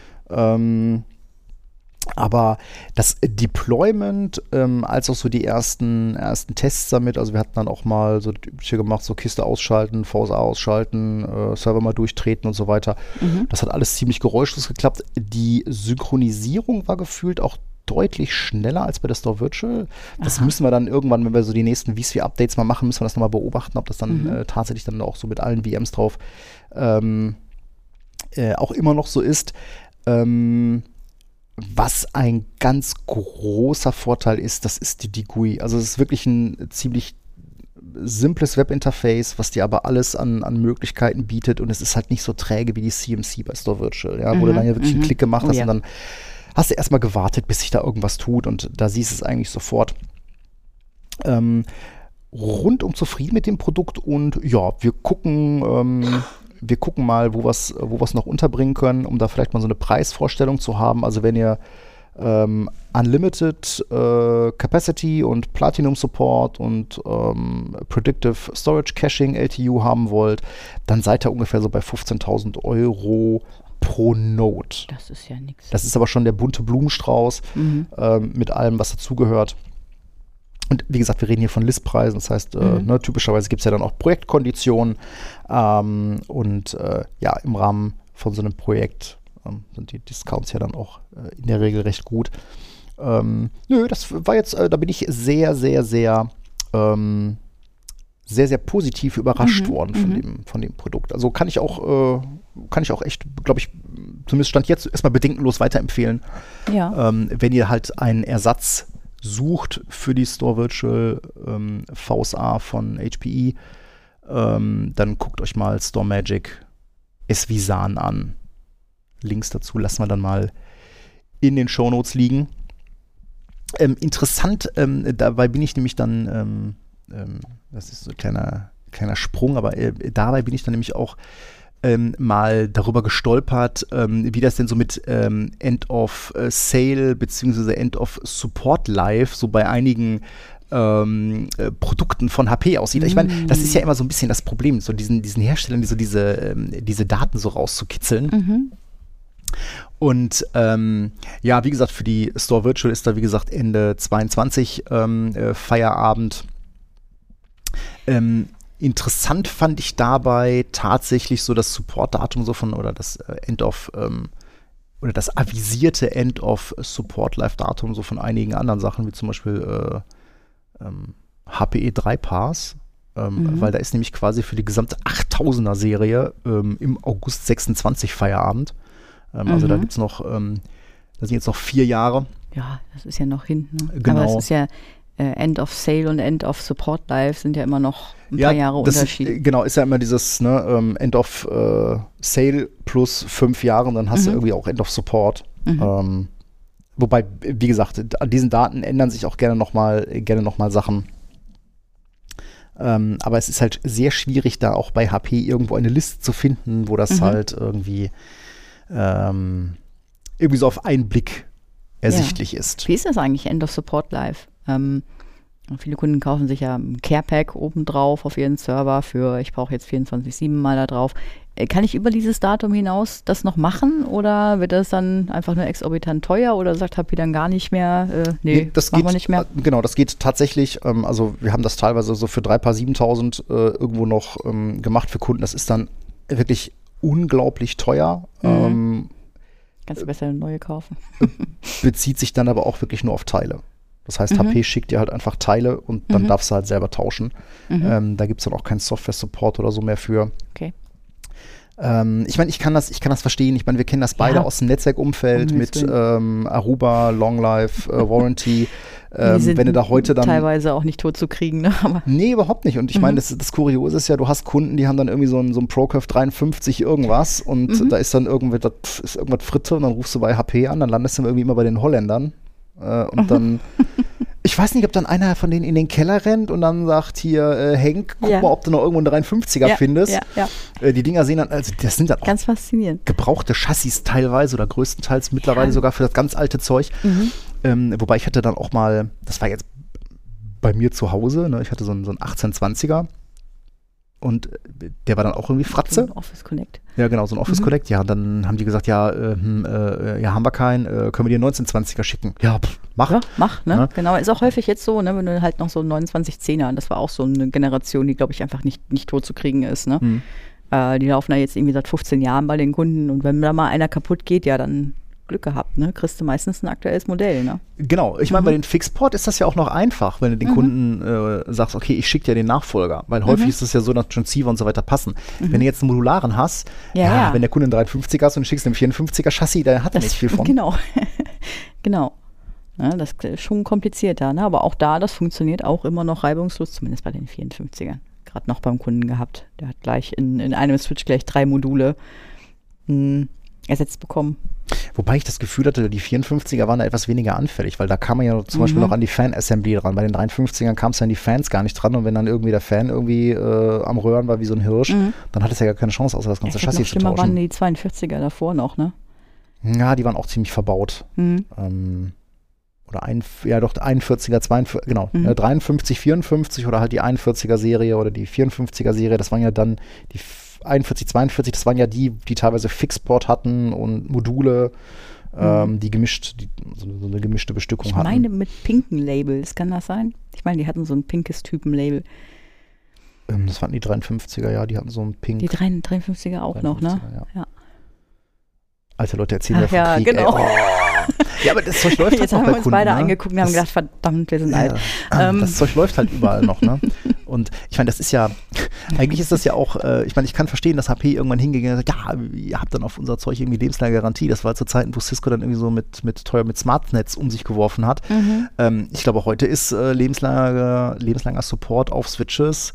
Speaker 1: Aber das Deployment, als auch so die ersten Tests damit, also wir hatten dann auch mal so übliche gemacht, so Kiste ausschalten, VSA ausschalten, Server mal durchtreten und so weiter. Das hat alles ziemlich geräuschlos geklappt. Die Synchronisierung war gefühlt auch deutlich schneller als bei der Store Virtual. Das müssen wir dann irgendwann, wenn wir so die nächsten vSphere-Updates mal machen, müssen wir das nochmal beobachten, ob das dann tatsächlich dann auch so mit allen VMs drauf auch immer noch so ist. Was ein ganz großer Vorteil ist, das ist die GUI. Also es ist wirklich ein ziemlich simples Webinterface, was dir aber alles an Möglichkeiten bietet und es ist halt nicht so träge wie die CMC bei Store Virtual, wo du dann ja wirklich einen Klick gemacht hast und dann hast du erstmal gewartet, bis sich da irgendwas tut und da siehst du es eigentlich sofort. Rundum zufrieden mit dem Produkt und ja, wir gucken mal, wo wir's noch unterbringen können, um da vielleicht mal so eine Preisvorstellung zu haben. Also wenn ihr Unlimited Capacity und Platinum Support und Predictive Storage Caching LTU haben wollt, dann seid ihr ungefähr so bei 15.000 € pro Node.
Speaker 2: Das ist ja nichts.
Speaker 1: Das ist aber schon der bunte Blumenstrauß mit allem, was dazugehört. Und wie gesagt, wir reden hier von Listpreisen, das heißt, typischerweise gibt es ja dann auch Projektkonditionen im Rahmen von so einem Projekt sind die Discounts ja dann auch in der Regel recht gut. Das war jetzt, da bin ich sehr, sehr, sehr, sehr, sehr positiv überrascht worden von dem Produkt. Also kann ich auch echt, glaube ich, zumindest Stand jetzt erstmal bedenkenlos weiterempfehlen.
Speaker 2: Ja.
Speaker 1: Wenn ihr halt einen Ersatz sucht für die Store Virtual VSA von HPE, dann guckt euch mal StoreMagic SVSAN an. Links dazu lassen wir dann mal in den Shownotes liegen. Interessant, dabei bin ich nämlich dann, das ist so ein kleiner Sprung, aber dabei bin ich dann nämlich auch mal darüber gestolpert, wie das denn so mit End of Sale bzw. End of Support Life so bei einigen Produkten von HP aussieht. Ich meine, das ist ja immer so ein bisschen das Problem, so diesen Herstellern, diese Daten so rauszukitzeln. Und ja, wie gesagt, für die Store Virtual ist da, wie gesagt, Ende 22 Feierabend. Interessant fand ich dabei tatsächlich so das Support-Datum so von, oder das End of, oder das avisierte End of Support-Live-Datum so von einigen anderen Sachen, wie zum Beispiel HPE 3 Pass, weil da ist nämlich quasi für die gesamte 8000er Serie im August 26 Feierabend. Also da gibt's noch, da sind jetzt noch 4 Jahre.
Speaker 2: Ja, das ist ja noch hinten. Ne?
Speaker 1: Genau.
Speaker 2: Aber es ist ja End of Sale und End of Support Live sind ja immer noch ein paar Jahre Unterschied.
Speaker 1: Genau, ist ja immer dieses End of Sale plus 5 Jahre und dann hast du irgendwie auch End of Support. Wobei, wie gesagt, an diesen Daten ändern sich auch gerne noch mal Sachen. Aber es ist halt sehr schwierig, da auch bei HP irgendwo eine Liste zu finden, wo das halt irgendwie so auf einen Blick ersichtlich ist.
Speaker 2: Wie ist das eigentlich, End of Support Live? Viele Kunden kaufen sich ja ein Care-Pack obendrauf auf ihren Server für, ich brauche jetzt 24/7 mal da drauf. Kann ich über dieses Datum hinaus das noch machen oder wird das dann einfach nur exorbitant teuer oder sagt HP dann gar nicht mehr, nee, das machen wir nicht mehr?
Speaker 1: Genau, das geht tatsächlich, also wir haben das teilweise so für 3 Paar 7000 irgendwo noch gemacht für Kunden. Das ist dann wirklich unglaublich teuer.
Speaker 2: Kannst du besser eine neue kaufen.
Speaker 1: Bezieht sich dann aber auch wirklich nur auf Teile. Das heißt, HP schickt dir halt einfach Teile und dann darfst du halt selber tauschen. Da gibt es dann auch keinen Software-Support oder so mehr für.
Speaker 2: Okay.
Speaker 1: Ich meine, ich kann das verstehen. Ich meine, wir kennen das beide aus dem Netzwerkumfeld mit Aruba, Long Life, Warranty. Wenn du da heute dann
Speaker 2: teilweise auch nicht tot zu kriegen, ne? Aber
Speaker 1: nee, überhaupt nicht. Und ich meine, das Kuriose ist ja, du hast Kunden, die haben dann irgendwie so ein ProCurve 53 irgendwas und da ist dann irgendwas Fritte und dann rufst du bei HP an, dann landest du irgendwie immer bei den Holländern. Und dann, ich weiß nicht, ob dann einer von denen in den Keller rennt und dann sagt, hier, Henk, guck mal, ob du noch irgendwo einen 53er findest. Die Dinger sehen dann, also das sind dann auch
Speaker 2: ganz faszinierend.
Speaker 1: Gebrauchte Chassis teilweise oder größtenteils mittlerweile sogar für das ganz alte Zeug. Wobei ich hatte dann auch mal, das war jetzt bei mir zu Hause, ne, ich hatte so einen 1820er. Und der war dann auch irgendwie Fratze.
Speaker 2: So ein Office Connect.
Speaker 1: Ja, genau, so ein Office Connect. Ja, und dann haben die gesagt, ja, haben wir keinen, können wir dir einen 1920er schicken? Ja, mach.
Speaker 2: Ja, mach, ne? Ja. Genau, ist auch häufig jetzt so, ne, wenn du halt noch so einen 2910er, das war auch so eine Generation, die, glaube ich, einfach nicht tot zu kriegen ist, ne? Die laufen da jetzt irgendwie seit 15 Jahren bei den Kunden und wenn da mal einer kaputt geht, ja, dann Glück gehabt, ne? Kriegst du meistens ein aktuelles Modell, ne? Genau,
Speaker 1: ich meine, bei den Fixport ist das ja auch noch einfach, wenn du den Kunden sagst, okay, ich schicke dir den Nachfolger, weil häufig ist es ja so, dass Transceiver und so weiter passen. Wenn du jetzt einen modularen hast, wenn der Kunde einen 350er hast und du schickst einen 54er Chassis, dann hat er nicht viel von.
Speaker 2: Genau, genau. Ja, das ist schon komplizierter, ne? Aber auch da, das funktioniert auch immer noch reibungslos, zumindest bei den 54ern. Gerade noch beim Kunden gehabt. Der hat gleich in einem Switch gleich 3 Module ersetzt bekommen.
Speaker 1: Wobei ich das Gefühl hatte, die 54er waren da etwas weniger anfällig, weil da kam man ja zum Beispiel noch an die Fan-Assembly dran. Bei den 53ern kam es ja an die Fans gar nicht dran und wenn dann irgendwie der Fan irgendwie am Röhren war wie so ein Hirsch, dann hat es ja gar keine Chance, außer das ganze Chassis zu tauschen.
Speaker 2: Waren die 42er davor noch, ne?
Speaker 1: Ja, die waren auch ziemlich verbaut. Oder 41er, 42, genau, 53, 54 oder halt die 41er Serie oder die 54er Serie, das waren ja dann die 41, 42, das waren ja die teilweise Fixport hatten und Module, die so eine gemischte Bestückung hatten.
Speaker 2: Ich meine mit pinken Labels, kann das sein? Ich meine, die hatten so ein pinkes Typenlabel.
Speaker 1: Das waren die 53er, ja, die hatten so ein pink.
Speaker 2: Die 53er auch 53er, noch, ne?
Speaker 1: Ja. Alte Leute erzählen mir vom Krieg.
Speaker 2: Genau.
Speaker 1: Ja, aber das Zeug läuft halt
Speaker 2: jetzt
Speaker 1: noch
Speaker 2: haben
Speaker 1: bei
Speaker 2: wir uns
Speaker 1: Kunden,
Speaker 2: beide
Speaker 1: ne?
Speaker 2: angeguckt und haben gedacht, verdammt, wir sind alt.
Speaker 1: Das Zeug läuft halt überall noch, ne? Und ich meine, das ist ja, eigentlich ist das ja auch, ich meine, ich kann verstehen, dass HP irgendwann hingegangen ist, ja, ihr habt dann auf unser Zeug irgendwie lebenslange Garantie. Das war zu Zeiten, wo Cisco dann irgendwie so mit Smartnetz um sich geworfen hat. Ich glaube, heute ist lebenslanger Support auf Switches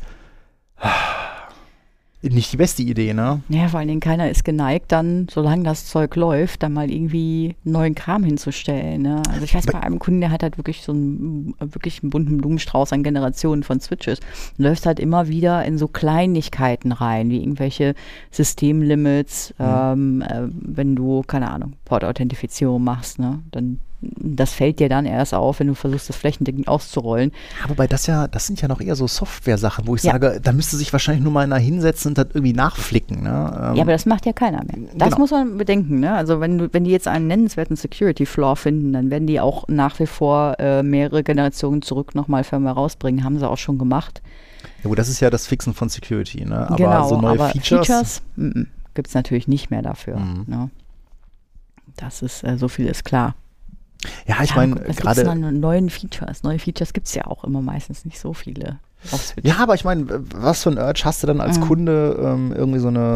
Speaker 1: nicht die beste Idee, ne?
Speaker 2: Ja, vor allen Dingen keiner ist geneigt, dann, solange das Zeug läuft, dann mal irgendwie neuen Kram hinzustellen. Ne? Also ich weiß, bei einem Kunden, der hat halt wirklich so einen bunten Blumenstrauß an Generationen von Switches. Läuft halt immer wieder in so Kleinigkeiten rein, wie irgendwelche Systemlimits, wenn du, keine Ahnung, Port-Authentifizierung machst, ne? Dann das fällt dir dann erst auf, wenn du versuchst, das flächendeckend auszurollen.
Speaker 1: Ja, wobei das sind ja noch eher so Software-Sachen, wo ich sage, da müsste sich wahrscheinlich nur mal einer hinsetzen und das irgendwie nachflicken. Ne?
Speaker 2: Ja, aber das macht ja keiner mehr. Das muss man bedenken. Ne? Also wenn die jetzt einen nennenswerten Security-Flaw finden, dann werden die auch nach wie vor mehrere Generationen zurück nochmal Firmware rausbringen. Haben sie auch schon gemacht.
Speaker 1: Ja gut, das ist ja das Fixen von Security. Ne? Aber
Speaker 2: genau,
Speaker 1: so neue Features
Speaker 2: gibt es natürlich nicht mehr dafür. Ne? Das ist, so viel ist klar.
Speaker 1: Ja, ich meine, gerade
Speaker 2: neue Features gibt es ja auch immer meistens nicht so viele.
Speaker 1: Ja, aber ich meine, was für ein Urge hast du dann als Kunde, irgendwie so ein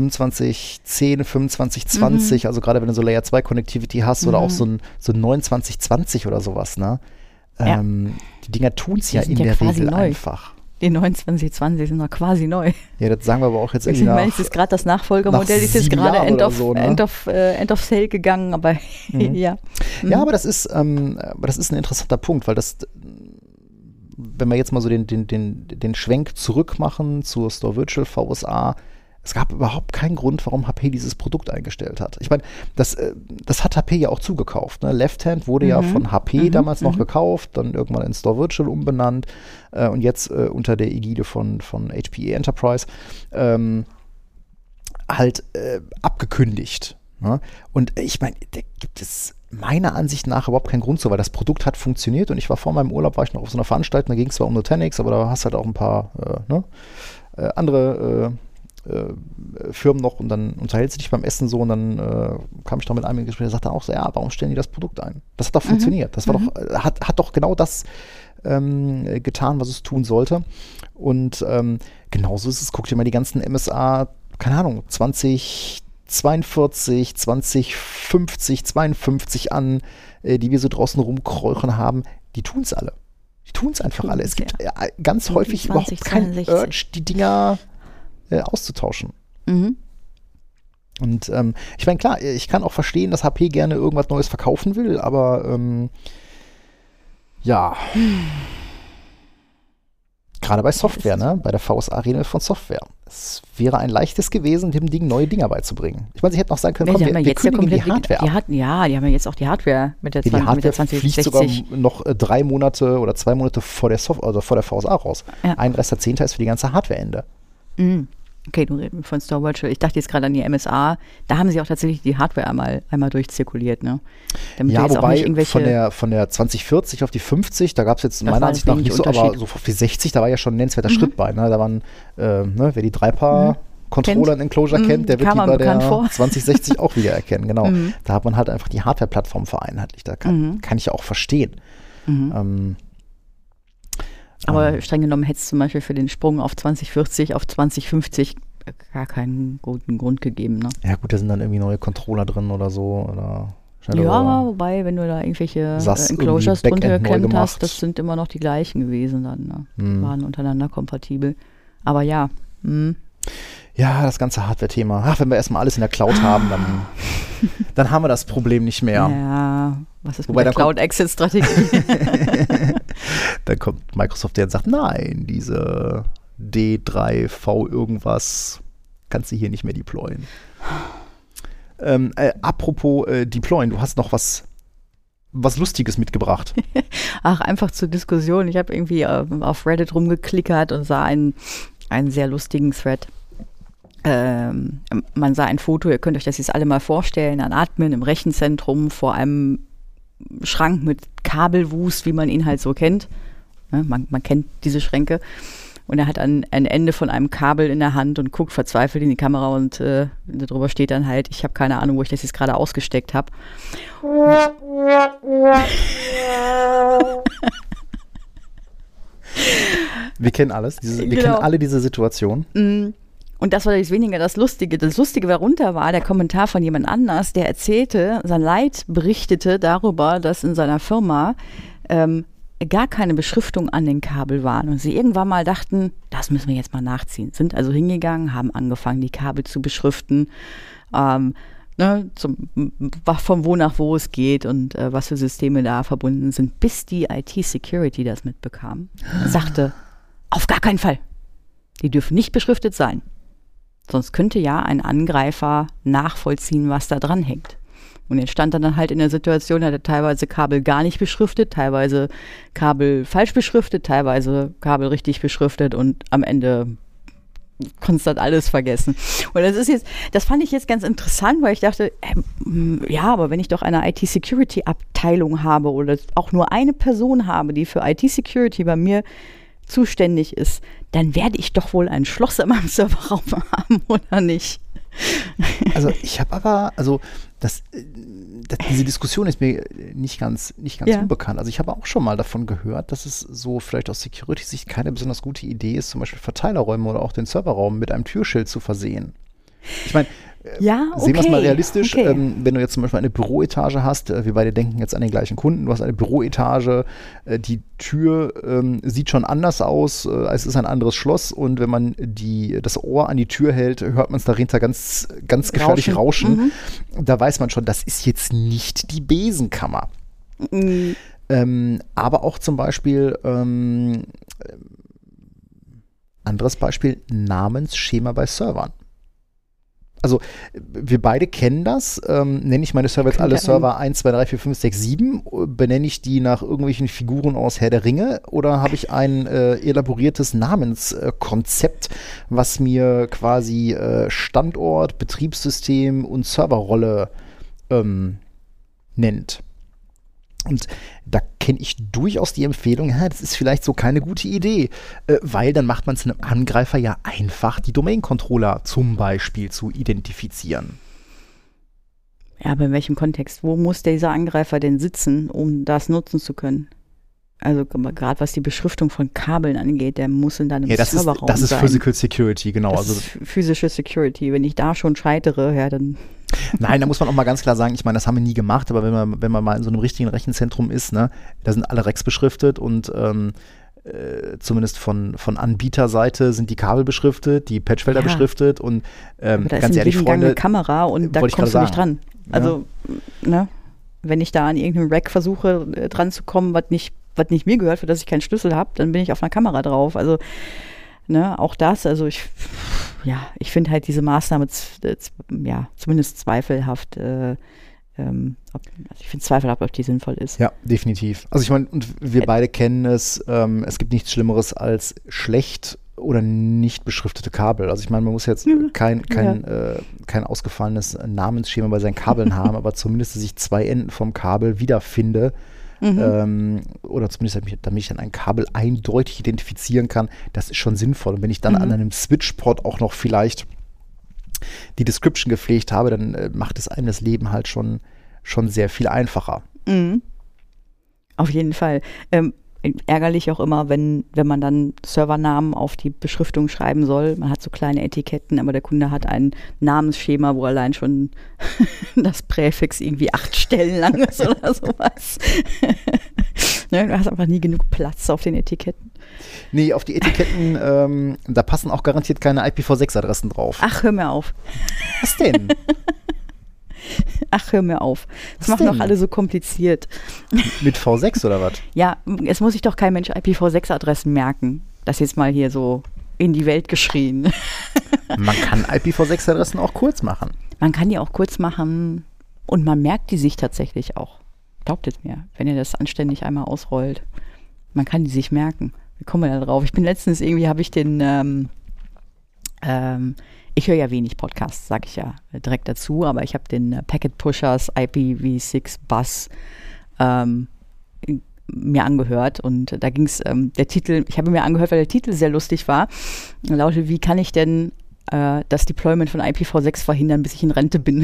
Speaker 1: 2510, 2520, also gerade wenn du so Layer 2 Connectivity hast oder auch so ein 2920 oder sowas, ne? Die Dinger tun es ja in der Regel einfach.
Speaker 2: Die 2920 sind noch quasi neu.
Speaker 1: Ja, das sagen wir aber auch jetzt
Speaker 2: irgendwie nach. Ich meine, es ist gerade das Nachfolgermodell, ist jetzt gerade End of Sale gegangen, aber ja.
Speaker 1: Ja, aber das ist ein interessanter Punkt, weil das, wenn wir jetzt mal so den Schwenk zurück machen zur Store Virtual VSA, es gab überhaupt keinen Grund, warum HP dieses Produkt eingestellt hat. Ich meine, das hat HP ja auch zugekauft. Ne? Left Hand wurde ja von HP damals noch gekauft, dann irgendwann in Store Virtual umbenannt und jetzt unter der Ägide von HPE Enterprise abgekündigt. Ne? Und ich meine, da gibt es meiner Ansicht nach überhaupt keinen Grund zu, weil das Produkt hat funktioniert und ich war vor meinem Urlaub, war ich noch auf so einer Veranstaltung, da ging es zwar um Nutanix, aber da hast du halt auch ein paar andere Firmen noch und dann unterhältst du dich beim Essen so und dann kam ich noch mit einem in Gespräch, der sagte auch so, ja, warum stellen die das Produkt ein? Das hat doch funktioniert. Das war doch, hat doch genau das getan, was es tun sollte. Und genauso ist es, guck dir mal die ganzen MSA, keine Ahnung, 2042, 2050, 52 an, die wir so draußen rumkreuchen haben, die tun es alle. Die tun es einfach alle. Es gibt ganz häufig überhaupt keinen Urge, die Dinger auszutauschen. Und ich meine, klar, ich kann auch verstehen, dass HP gerne irgendwas Neues verkaufen will, aber ja. Gerade bei Software, ne? Bei der VSA reden wir von Software. Es wäre ein leichtes gewesen, dem Ding neue Dinger beizubringen. Ich meine, sie hätten auch sagen können, komm, wir kündigen die Hardware ab.
Speaker 2: Die haben ja jetzt auch die Hardware mit der 2060.
Speaker 1: Fliegt sogar noch 3 Monate oder 2 Monate vor der vor der VSA raus. Ja. 31.10. ist für die ganze Hardware-Ende.
Speaker 2: Okay, du redest von Store Virtual. Ich dachte jetzt gerade an die MSA. Da haben sie auch tatsächlich die Hardware einmal durchzirkuliert, ne? Damit
Speaker 1: ja,
Speaker 2: jetzt
Speaker 1: wobei
Speaker 2: auch nicht
Speaker 1: von der 2040 auf die 50, da gab es jetzt meiner Ansicht nach nicht so, aber so auf die 60, da war ja schon ein nennenswerter Schritt bei. Ne? Da waren, wer die 3-Paar-Controller-Enclosure kennt, der wird die bei der 2060 auch wieder erkennen. Genau. Da hat man halt einfach die Hardware-Plattform vereinheitlicht. Da kann ich ja auch verstehen.
Speaker 2: Aber streng genommen hätte es zum Beispiel für den Sprung auf 2040, auf 2050 gar keinen guten Grund gegeben. Ne?
Speaker 1: Ja gut, da sind dann irgendwie neue Controller drin oder so. Oder
Speaker 2: wobei, wenn du da irgendwelche Enclosures drunter geklemmt hast, das sind immer noch die gleichen gewesen dann. Ne? Waren untereinander kompatibel. Aber ja.
Speaker 1: Ja, das ganze Hardware-Thema. Ach, wenn wir erstmal alles in der Cloud haben, dann haben wir das Problem nicht mehr.
Speaker 2: Ja, was ist mit der Cloud-Exit-Strategie?
Speaker 1: Dann kommt Microsoft, der sagt, nein, diese D3V irgendwas kannst du hier nicht mehr deployen. Apropos deployen, du hast noch was Lustiges mitgebracht.
Speaker 2: Ach, einfach zur Diskussion. Ich habe irgendwie auf Reddit rumgeklickert und sah einen sehr lustigen Thread. Man sah ein Foto, ihr könnt euch das jetzt alle mal vorstellen, ein Admin im Rechenzentrum vor einem Schrank mit Kabelwust, wie man ihn halt so kennt. Man kennt diese Schränke. Und er hat ein Ende von einem Kabel in der Hand und guckt verzweifelt in die Kamera und darüber steht dann halt, ich habe keine Ahnung, wo ich das jetzt gerade ausgesteckt habe.
Speaker 1: Wir kennen alles, wir kennen alle diese Situation.
Speaker 2: Und das war jetzt weniger das Lustige. Das Lustige darunter war der Kommentar von jemand anders, der erzählte, sein Leid berichtete darüber, dass in seiner Firma gar keine Beschriftung an den Kabel waren und sie irgendwann mal dachten, das müssen wir jetzt mal nachziehen. Sind also hingegangen, haben angefangen, die Kabel zu beschriften, von wo nach wo es geht und was für Systeme da verbunden sind, bis die IT-Security das mitbekam. Sagte, auf gar keinen Fall. Die dürfen nicht beschriftet sein. Sonst könnte ja ein Angreifer nachvollziehen, was da dran hängt. Und jetzt stand er dann halt in der Situation, er hatte teilweise Kabel gar nicht beschriftet, teilweise Kabel falsch beschriftet, teilweise Kabel richtig beschriftet und am Ende konstant alles vergessen. Und das fand ich jetzt ganz interessant, weil ich dachte, ja, aber wenn ich doch eine IT-Security-Abteilung habe oder auch nur eine Person habe, die für IT-Security bei mir zuständig ist, dann werde ich doch wohl ein Schloss in meinem Serverraum haben, oder nicht?
Speaker 1: Also ich habe aber, diese Diskussion ist mir nicht ganz unbekannt. Also ich habe auch schon mal davon gehört, dass es so vielleicht aus Security-Sicht keine besonders gute Idee ist, zum Beispiel Verteilerräume oder auch den Serverraum mit einem Türschild zu versehen. Ich meine, sehen wir es mal realistisch, wenn du jetzt zum Beispiel eine Büroetage hast, wir beide denken jetzt an den gleichen Kunden, du hast eine Büroetage, die Tür sieht schon anders aus, es ist ein anderes Schloss und wenn man das Ohr an die Tür hält, hört man es dahinter ganz, ganz gefährlich rauschen. Da weiß man schon, das ist jetzt nicht die Besenkammer. Aber auch zum Beispiel, anderes Beispiel, Namensschema bei Servern. Also wir beide kennen das, nenne ich meine Server jetzt alle Server 1, 2, 3, 4, 5, 6, 7, benenne ich die nach irgendwelchen Figuren aus Herr der Ringe oder habe ich ein elaboriertes Namenskonzept, was mir quasi Standort, Betriebssystem und Serverrolle nennt. Und da kenne ich durchaus die Empfehlung, das ist vielleicht so keine gute Idee, weil dann macht man es einem Angreifer ja einfach, die Domain-Controller zum Beispiel zu identifizieren.
Speaker 2: Ja, aber in welchem Kontext? Wo muss dieser Angreifer denn sitzen, um das nutzen zu können? Also gerade was die Beschriftung von Kabeln angeht, der muss in deinem Serverraum sein.
Speaker 1: Das ist Physical Security, genau.
Speaker 2: Das ist physische Security. Wenn ich da schon scheitere, ja, dann...
Speaker 1: Nein, da muss man auch mal ganz klar sagen, ich meine, das haben wir nie gemacht, aber wenn man mal in so einem richtigen Rechenzentrum ist, ne, da sind alle Racks beschriftet und zumindest von Anbieterseite sind die Kabel beschriftet, die Patchfelder beschriftet und ganz ehrlich, Freunde,
Speaker 2: eine Kamera und da kommst du nicht dran. Also, ne, wenn ich da an irgendeinem Rack versuche, dran zu kommen, was nicht mir gehört, für das ich keinen Schlüssel habe, dann bin ich auf einer Kamera drauf. Also, ne, auch das, also ich finde halt diese Maßnahme zumindest zweifelhaft, ich finde zweifelhaft, ob die sinnvoll ist.
Speaker 1: Ja, definitiv. Also ich meine, und wir beide kennen es, es gibt nichts Schlimmeres als schlecht oder nicht beschriftete Kabel. Also ich meine, man muss jetzt kein ausgefallenes Namensschema bei seinen Kabeln haben, aber zumindest, dass ich 2 Enden vom Kabel wiederfinde, oder zumindest damit ich dann ein Kabel eindeutig identifizieren kann, das ist schon sinnvoll. Und wenn ich dann an einem Switchport auch noch vielleicht die Description gepflegt habe, dann macht es einem das Leben halt schon sehr viel einfacher.
Speaker 2: Auf jeden Fall. Ärgerlich auch immer, wenn man dann Servernamen auf die Beschriftung schreiben soll. Man hat so kleine Etiketten, aber der Kunde hat ein Namensschema, wo allein schon das Präfix irgendwie 8 Stellen lang ist oder sowas. Ne, du hast einfach nie genug Platz auf den Etiketten.
Speaker 1: Nee, auf die Etiketten, da passen auch garantiert keine IPv6-Adressen drauf.
Speaker 2: Ach, hör mir auf.
Speaker 1: Was denn?
Speaker 2: Ach, hör mir auf. Das machen doch alle so kompliziert.
Speaker 1: Mit V6 oder was?
Speaker 2: Ja, es muss sich doch kein Mensch IPv6-Adressen merken. Das jetzt mal hier so in die Welt geschrien.
Speaker 1: Man kann IPv6-Adressen auch kurz machen.
Speaker 2: Man kann die auch kurz machen und man merkt die sich tatsächlich auch. Glaubt es mir, wenn ihr das anständig einmal ausrollt. Man kann die sich merken. Wie kommen wir da drauf? Ich bin letztens irgendwie, habe ich den ich höre ja wenig Podcasts, sage ich ja direkt dazu, aber ich habe den Packet Pushers IPv6 Bus mir angehört und da ging es, der Titel, ich habe mir angehört, weil der Titel sehr lustig war, lautet, wie kann ich denn das Deployment von IPv6 verhindern, bis ich in Rente bin?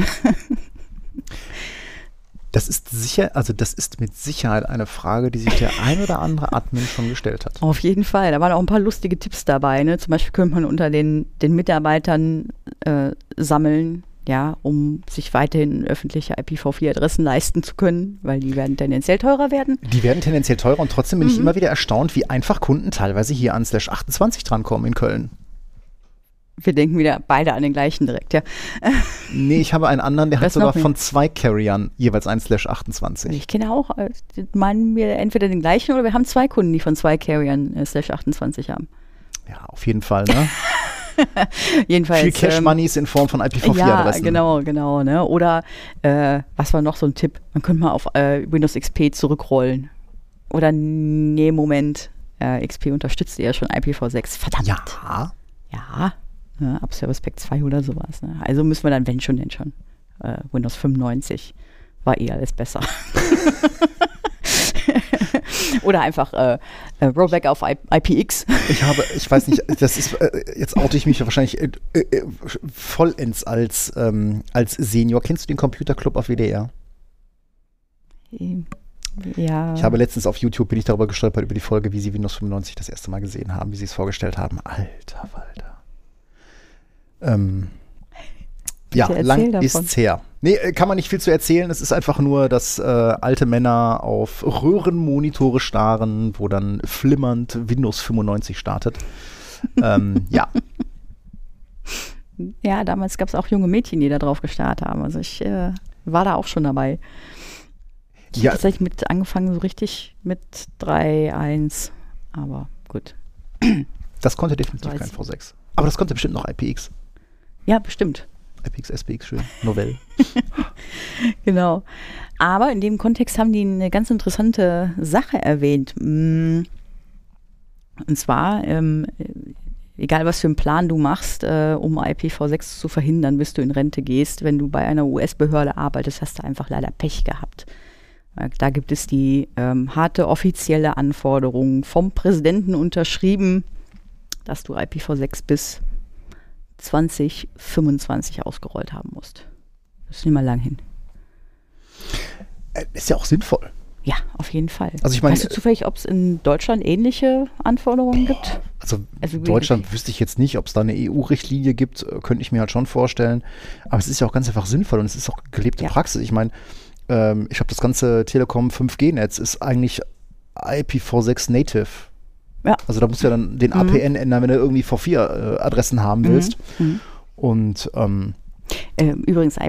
Speaker 1: Das ist mit Sicherheit eine Frage, die sich der ein oder andere Admin schon gestellt hat.
Speaker 2: Auf jeden Fall. Da waren auch ein paar lustige Tipps dabei. Ne? Zum Beispiel könnte man unter den Mitarbeitern sammeln, ja, um sich weiterhin öffentliche IPv4-Adressen leisten zu können, weil die werden tendenziell teurer werden.
Speaker 1: Die werden tendenziell teurer und trotzdem bin ich immer wieder erstaunt, wie einfach Kunden teilweise hier an /28 drankommen in Köln.
Speaker 2: Wir denken wieder beide an den gleichen direkt, ja.
Speaker 1: Nee, ich habe einen anderen, der hat sogar von 2 Carriern jeweils ein /28.
Speaker 2: Ich kenne auch, meinen wir entweder den gleichen oder wir haben 2 Kunden, die von 2 Carriern /28 haben.
Speaker 1: Ja, auf jeden Fall, ne?
Speaker 2: Jedenfalls.
Speaker 1: Viel Cash-Moneys in Form von IPv4-Adressen.
Speaker 2: Ja, genau, ne? Oder, was war noch so ein Tipp? Man könnte mal auf Windows XP zurückrollen. Oder, nee, Moment, XP unterstützt ja schon IPv6. Verdammt. Ja. Ab Service Pack 2 oder sowas. Ne? Also müssen wir dann, wenn schon, denn schon. Windows 95 war alles besser. Oder einfach Rollback auf IPX.
Speaker 1: Ich weiß nicht, das ist, jetzt oute ich mich wahrscheinlich vollends als Senior. Kennst du den Computerclub auf WDR?
Speaker 2: Ja.
Speaker 1: Ich habe letztens auf YouTube, bin ich darüber gestolpert, über die Folge, wie sie Windows 95 das erste Mal gesehen haben, wie sie es vorgestellt haben. Alter Falter. Ja, lang ist's her. Nee, kann man nicht viel zu erzählen. Es ist einfach nur, dass alte Männer auf Röhrenmonitore starren, wo dann flimmernd Windows 95 startet. Ja.
Speaker 2: Ja, damals gab es auch junge Mädchen, die da drauf gestarrt haben. Also ich war da auch schon dabei. Ich habe tatsächlich mit angefangen, so richtig mit 3.1. Aber gut.
Speaker 1: Das konnte definitiv kein V6. Aber das konnte bestimmt noch IPX.
Speaker 2: Ja, bestimmt.
Speaker 1: IPX, SPX, schön. Novell.
Speaker 2: Genau. Aber in dem Kontext haben die eine ganz interessante Sache erwähnt. Und zwar, egal was für einen Plan du machst, um IPv6 zu verhindern, bis du in Rente gehst, wenn du bei einer US-Behörde arbeitest, hast du einfach leider Pech gehabt. Da gibt es die harte offizielle Anforderung vom Präsidenten unterschrieben, dass du IPv6 bis 2025 ausgerollt haben musst. Das ist nicht mal lang hin.
Speaker 1: Ist ja auch sinnvoll.
Speaker 2: Ja, auf jeden Fall.
Speaker 1: Also ich meine,
Speaker 2: weißt du zufällig, ob es in Deutschland ähnliche Anforderungen gibt?
Speaker 1: Also in Deutschland wüsste ich jetzt nicht, ob es da eine EU-Richtlinie gibt, könnte ich mir halt schon vorstellen. Aber es ist ja auch ganz einfach sinnvoll und es ist auch gelebte Praxis. Ich meine, ich habe das ganze Telekom 5G-Netz ist eigentlich IPv6 Native. Ja. Also da musst du ja dann den APN ändern, wenn du irgendwie V4-Adressen haben willst. Und
Speaker 2: übrigens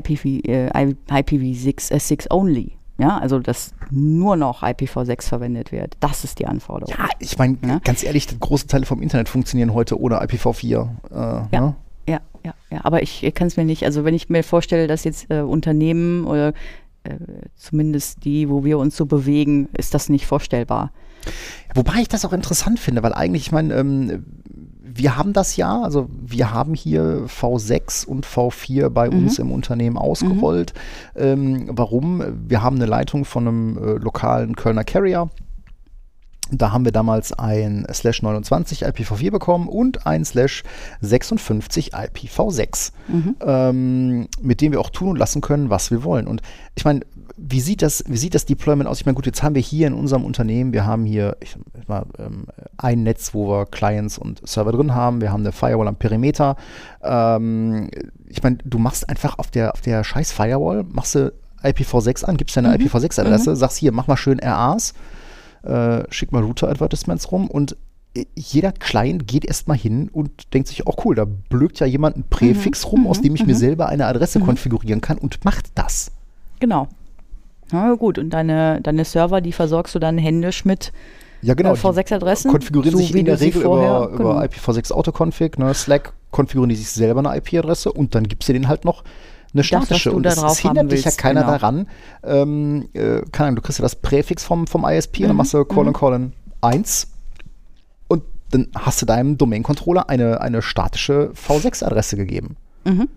Speaker 2: IPv6 only. Ja, also dass nur noch IPv6 verwendet wird. Das ist die Anforderung.
Speaker 1: Ja, ich meine, ganz ehrlich, große Teile vom Internet funktionieren heute ohne IPv4.
Speaker 2: Ja. Aber ich kann es mir nicht, also wenn ich mir vorstelle, dass jetzt Unternehmen oder zumindest die, wo wir uns so bewegen, ist das nicht vorstellbar.
Speaker 1: Wobei ich das auch interessant finde, weil eigentlich, ich meine, wir haben das ja, also wir haben hier V6 und V4 bei uns im Unternehmen ausgerollt. Warum? Wir haben eine Leitung von einem lokalen Kölner Carrier. Da haben wir damals ein /29 IPv4 bekommen und ein /56 IPv6, mit dem wir auch tun und lassen können, was wir wollen. Und ich meine, wie sieht das Deployment aus? Ich meine, gut, jetzt haben wir hier in unserem Unternehmen, wir haben hier ein Netz, wo wir Clients und Server drin haben. Wir haben eine Firewall am Perimeter. Ich meine, du machst einfach auf der scheiß Firewall, machst du IPv6 an, gibst deine IPv6-Adresse, sagst hier, mach mal schön RAs, schick mal Router-Advertisements rum und jeder Client geht erstmal hin und denkt sich, oh cool, da blökt ja jemand ein Präfix rum, aus dem ich mir selber eine Adresse konfigurieren kann und macht das.
Speaker 2: Genau. Ja, gut, und deine Server, die versorgst du dann händisch mit V6-Adressen.
Speaker 1: Konfigurieren sich in der Regel über IPv6 Autoconfig, ne? Slack konfigurieren die sich selber eine IP-Adresse und dann gibst du denen halt noch eine statische. Und es hindert dich ja keiner daran. Keine Ahnung, du kriegst ja das Präfix vom ISP und dann machst du colon 1 und dann hast du deinem Domain-Controller eine statische V6-Adresse gegeben.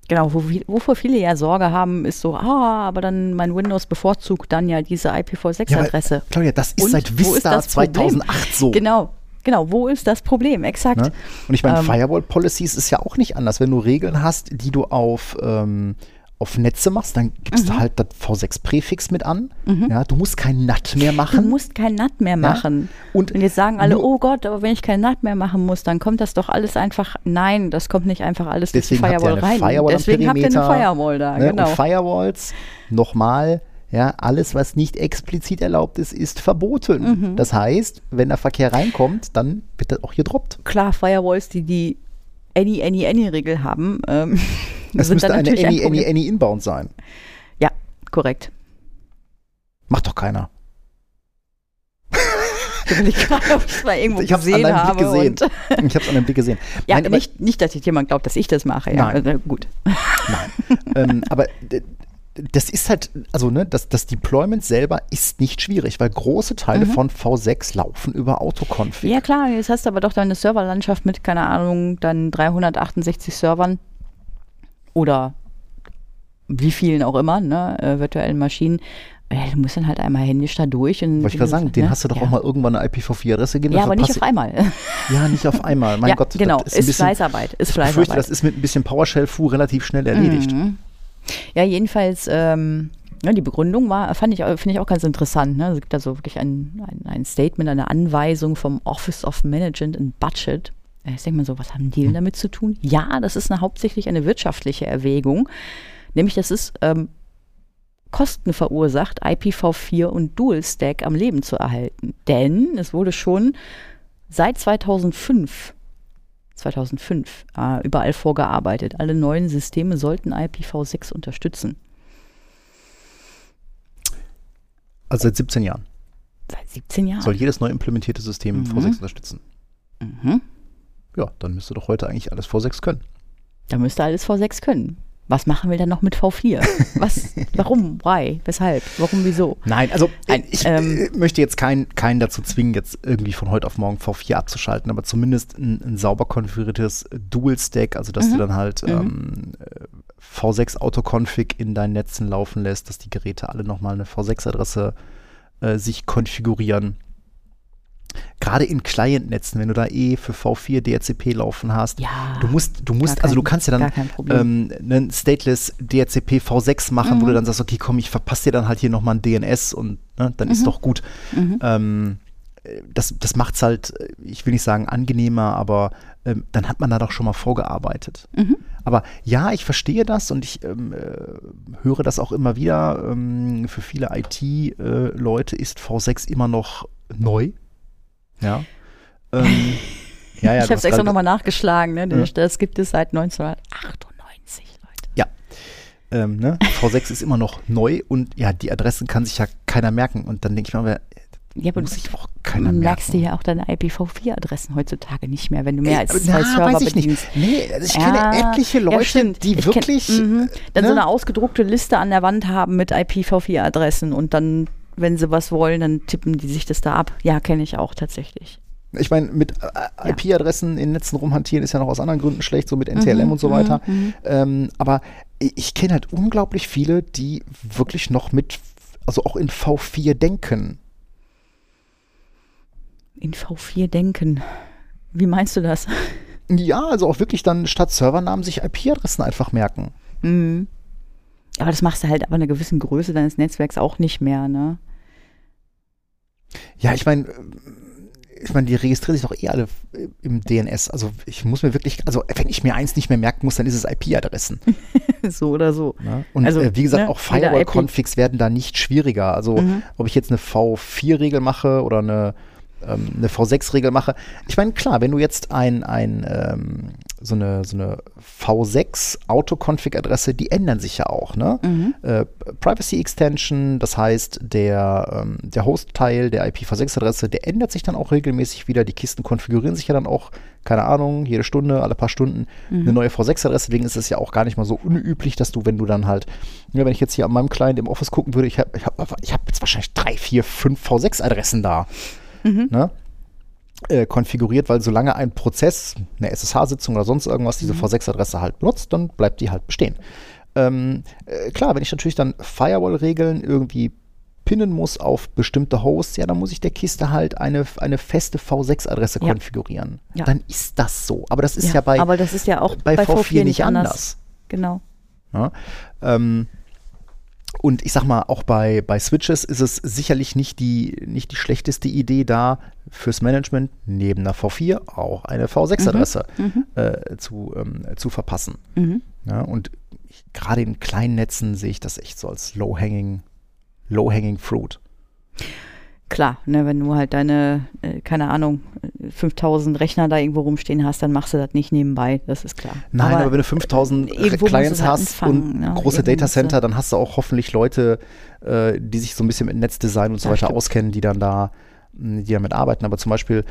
Speaker 2: Genau, wovor viele ja Sorge haben, ist so, aber dann mein Windows bevorzugt dann ja diese IPv6-Adresse.
Speaker 1: Ja, Claudia, das ist seit Vista 2008 so.
Speaker 2: Genau, wo ist das Problem? Exakt.
Speaker 1: Ne? Und ich meine, Firewall-Policies ist ja auch nicht anders. Wenn du Regeln hast, die du auf Netze machst, dann gibst du halt das V6-Präfix mit an. Ja, du musst kein NAT mehr machen.
Speaker 2: Du musst kein NAT mehr machen. Und jetzt sagen alle, oh Gott, aber wenn ich kein NAT mehr machen muss, dann kommt das doch alles einfach, nein, das kommt nicht einfach alles durch die Firewall rein. Deswegen habt ihr eine Firewall da,
Speaker 1: ne?
Speaker 2: Genau.
Speaker 1: Und Firewalls, nochmal, ja, alles, was nicht explizit erlaubt ist, ist verboten. Das heißt, wenn der Verkehr reinkommt, dann wird das auch gedroppt.
Speaker 2: Klar, Firewalls, die Any-Regel haben,
Speaker 1: es müsste eine Any Inbound sein.
Speaker 2: Ja, korrekt.
Speaker 1: Macht doch keiner.
Speaker 2: Ich habe es mal irgendwo gesehen.
Speaker 1: Ich habe es an dem Blick gesehen.
Speaker 2: Ja, nein, nicht, dass jetzt jemand glaubt, dass ich das mache. Ja.
Speaker 1: Nein.
Speaker 2: Gut.
Speaker 1: Nein. Aber das ist halt, also ne, das Deployment selber ist nicht schwierig, weil große Teile von V6 laufen über Autoconfig.
Speaker 2: Ja klar, jetzt hast du aber doch deine Serverlandschaft mit, keine Ahnung, dann 368 Servern oder wie vielen auch immer, ne, virtuellen Maschinen. Du musst dann halt einmal händisch da durch.
Speaker 1: Wollte ich gerade sagen, den hast du doch auch mal irgendwann eine IPv4-Adresse gegeben.
Speaker 2: Ja, aber nicht auf einmal.
Speaker 1: Ja, nicht auf einmal. Mein Gott,
Speaker 2: genau, das ist Fleißarbeit.
Speaker 1: Ich fürchte, das ist mit ein bisschen PowerShell-Fu relativ schnell erledigt.
Speaker 2: Ja, jedenfalls, die Begründung finde ich auch ganz interessant. Ne? Es gibt da so wirklich ein Statement, eine Anweisung vom Office of Management and Budget. Jetzt denkt man so, was haben die denn damit zu tun? Ja, das ist hauptsächlich eine wirtschaftliche Erwägung. Nämlich, das ist Kosten verursacht, IPv4 und Dual Stack am Leben zu erhalten. Denn es wurde schon seit 2005 überall vorgearbeitet. Alle neuen Systeme sollten IPv6 unterstützen.
Speaker 1: Also seit 17 Jahren?
Speaker 2: Seit 17 Jahren.
Speaker 1: Soll jedes neu implementierte System V6 unterstützen? Ja, dann müsste doch heute eigentlich alles V6 können.
Speaker 2: Dann müsste alles V6 können. Was machen wir dann noch mit V4? Warum? Why? Weshalb? Warum? Wieso?
Speaker 1: Nein, also ich möchte jetzt keinen dazu zwingen, jetzt irgendwie von heute auf morgen V4 abzuschalten, aber zumindest ein sauber konfiguriertes Dual-Stack, also dass du dann halt V6 Autoconfig in deinen Netzen laufen lässt, dass die Geräte alle nochmal eine V6-Adresse sich konfigurieren. Gerade in Client-Netzen, wenn du da für V4 DHCP laufen hast, du musst, also du kannst ja dann einen Stateless DHCP V6 machen, wo du dann sagst, okay, komm, ich verpasse dir dann halt hier nochmal ein DNS und ne, dann ist doch gut. Das macht es halt, ich will nicht sagen angenehmer, aber dann hat man da doch schon mal vorgearbeitet. Aber ja, ich verstehe das und ich höre das auch immer wieder. Für viele IT-Leute ist V6 immer noch neu. Ja. Ich
Speaker 2: habe es extra nochmal nachgeschlagen. Ne? Das gibt es seit 1998, Leute.
Speaker 1: Ja. V6 ist immer noch neu und ja, die Adressen kann sich ja keiner merken. Und dann denke ich mir, muss sich auch keiner merken.
Speaker 2: Merkst du ja auch deine IPv4-Adressen heutzutage nicht mehr, wenn du mehr als 2 Server
Speaker 1: weiß ich
Speaker 2: bedienst.
Speaker 1: Nicht. Nee, also ich kenne etliche Leute, die wirklich
Speaker 2: dann so eine ausgedruckte Liste an der Wand haben mit IPv4-Adressen und dann, wenn sie was wollen, dann tippen die sich das da ab. Ja, kenne ich auch tatsächlich.
Speaker 1: Ich meine, mit IP-Adressen in Netzen rumhantieren ist ja noch aus anderen Gründen schlecht, so mit NTLM und so weiter. Aber ich kenne halt unglaublich viele, die wirklich noch also auch in V4 denken.
Speaker 2: In V4 denken? Wie meinst du das?
Speaker 1: Ja, also auch wirklich dann statt Servernamen sich IP-Adressen einfach merken.
Speaker 2: Aber das machst du halt ab einer gewissen Größe deines Netzwerks auch nicht mehr, ne?
Speaker 1: Ja, ich meine, die registrieren sich doch alle im DNS. Also ich muss mir wirklich, also wenn ich mir eins nicht mehr merken muss, dann ist es IP-Adressen.
Speaker 2: So oder so.
Speaker 1: Ja? Und also, wie gesagt, auch Firewall-Configs werden da nicht schwieriger. Also ob ich jetzt eine V4-Regel mache oder eine V6-Regel mache. Ich meine, klar, wenn du jetzt so eine V6-Auto-Config-Adresse, die ändern sich ja auch, ne? Privacy Extension, das heißt, der Host-Teil der IPv6-Adresse, der ändert sich dann auch regelmäßig wieder. Die Kisten konfigurieren sich ja dann auch, keine Ahnung, jede Stunde, alle paar Stunden eine neue V6-Adresse. Deswegen ist es ja auch gar nicht mal so unüblich, dass du, wenn du dann halt, wenn ich jetzt hier an meinem Client im Office gucken würde, ich hab jetzt wahrscheinlich 3, 4, 5 V6-Adressen da. Ne? konfiguriert, weil solange ein Prozess, eine SSH-Sitzung oder sonst irgendwas diese V6-Adresse halt benutzt, dann bleibt die halt bestehen. Klar, wenn ich natürlich dann Firewall-Regeln irgendwie pinnen muss auf bestimmte Hosts, ja, dann muss ich der Kiste halt eine feste V6-Adresse konfigurieren. Ja. Dann ist das so. Aber das ist
Speaker 2: aber das ist ja auch bei V4 nicht anders. Genau.
Speaker 1: Ja, und ich sag mal, auch bei Switches ist es sicherlich nicht die schlechteste Idee, da fürs Management neben einer V4 auch eine V6-Adresse zu verpassen. Ja, und gerade in kleinen Netzen sehe ich das echt so als low-hanging fruit.
Speaker 2: Klar, ne, wenn du halt deine, keine Ahnung, 5000 Rechner da irgendwo rumstehen hast, dann machst du das nicht nebenbei, das ist klar.
Speaker 1: Nein, aber wenn du 5000 Clients hast und große Datacenter, dann hast du auch hoffentlich Leute, die sich so ein bisschen mit Netzdesign und so weiter auskennen, die damit arbeiten. Aber zum Beispiel,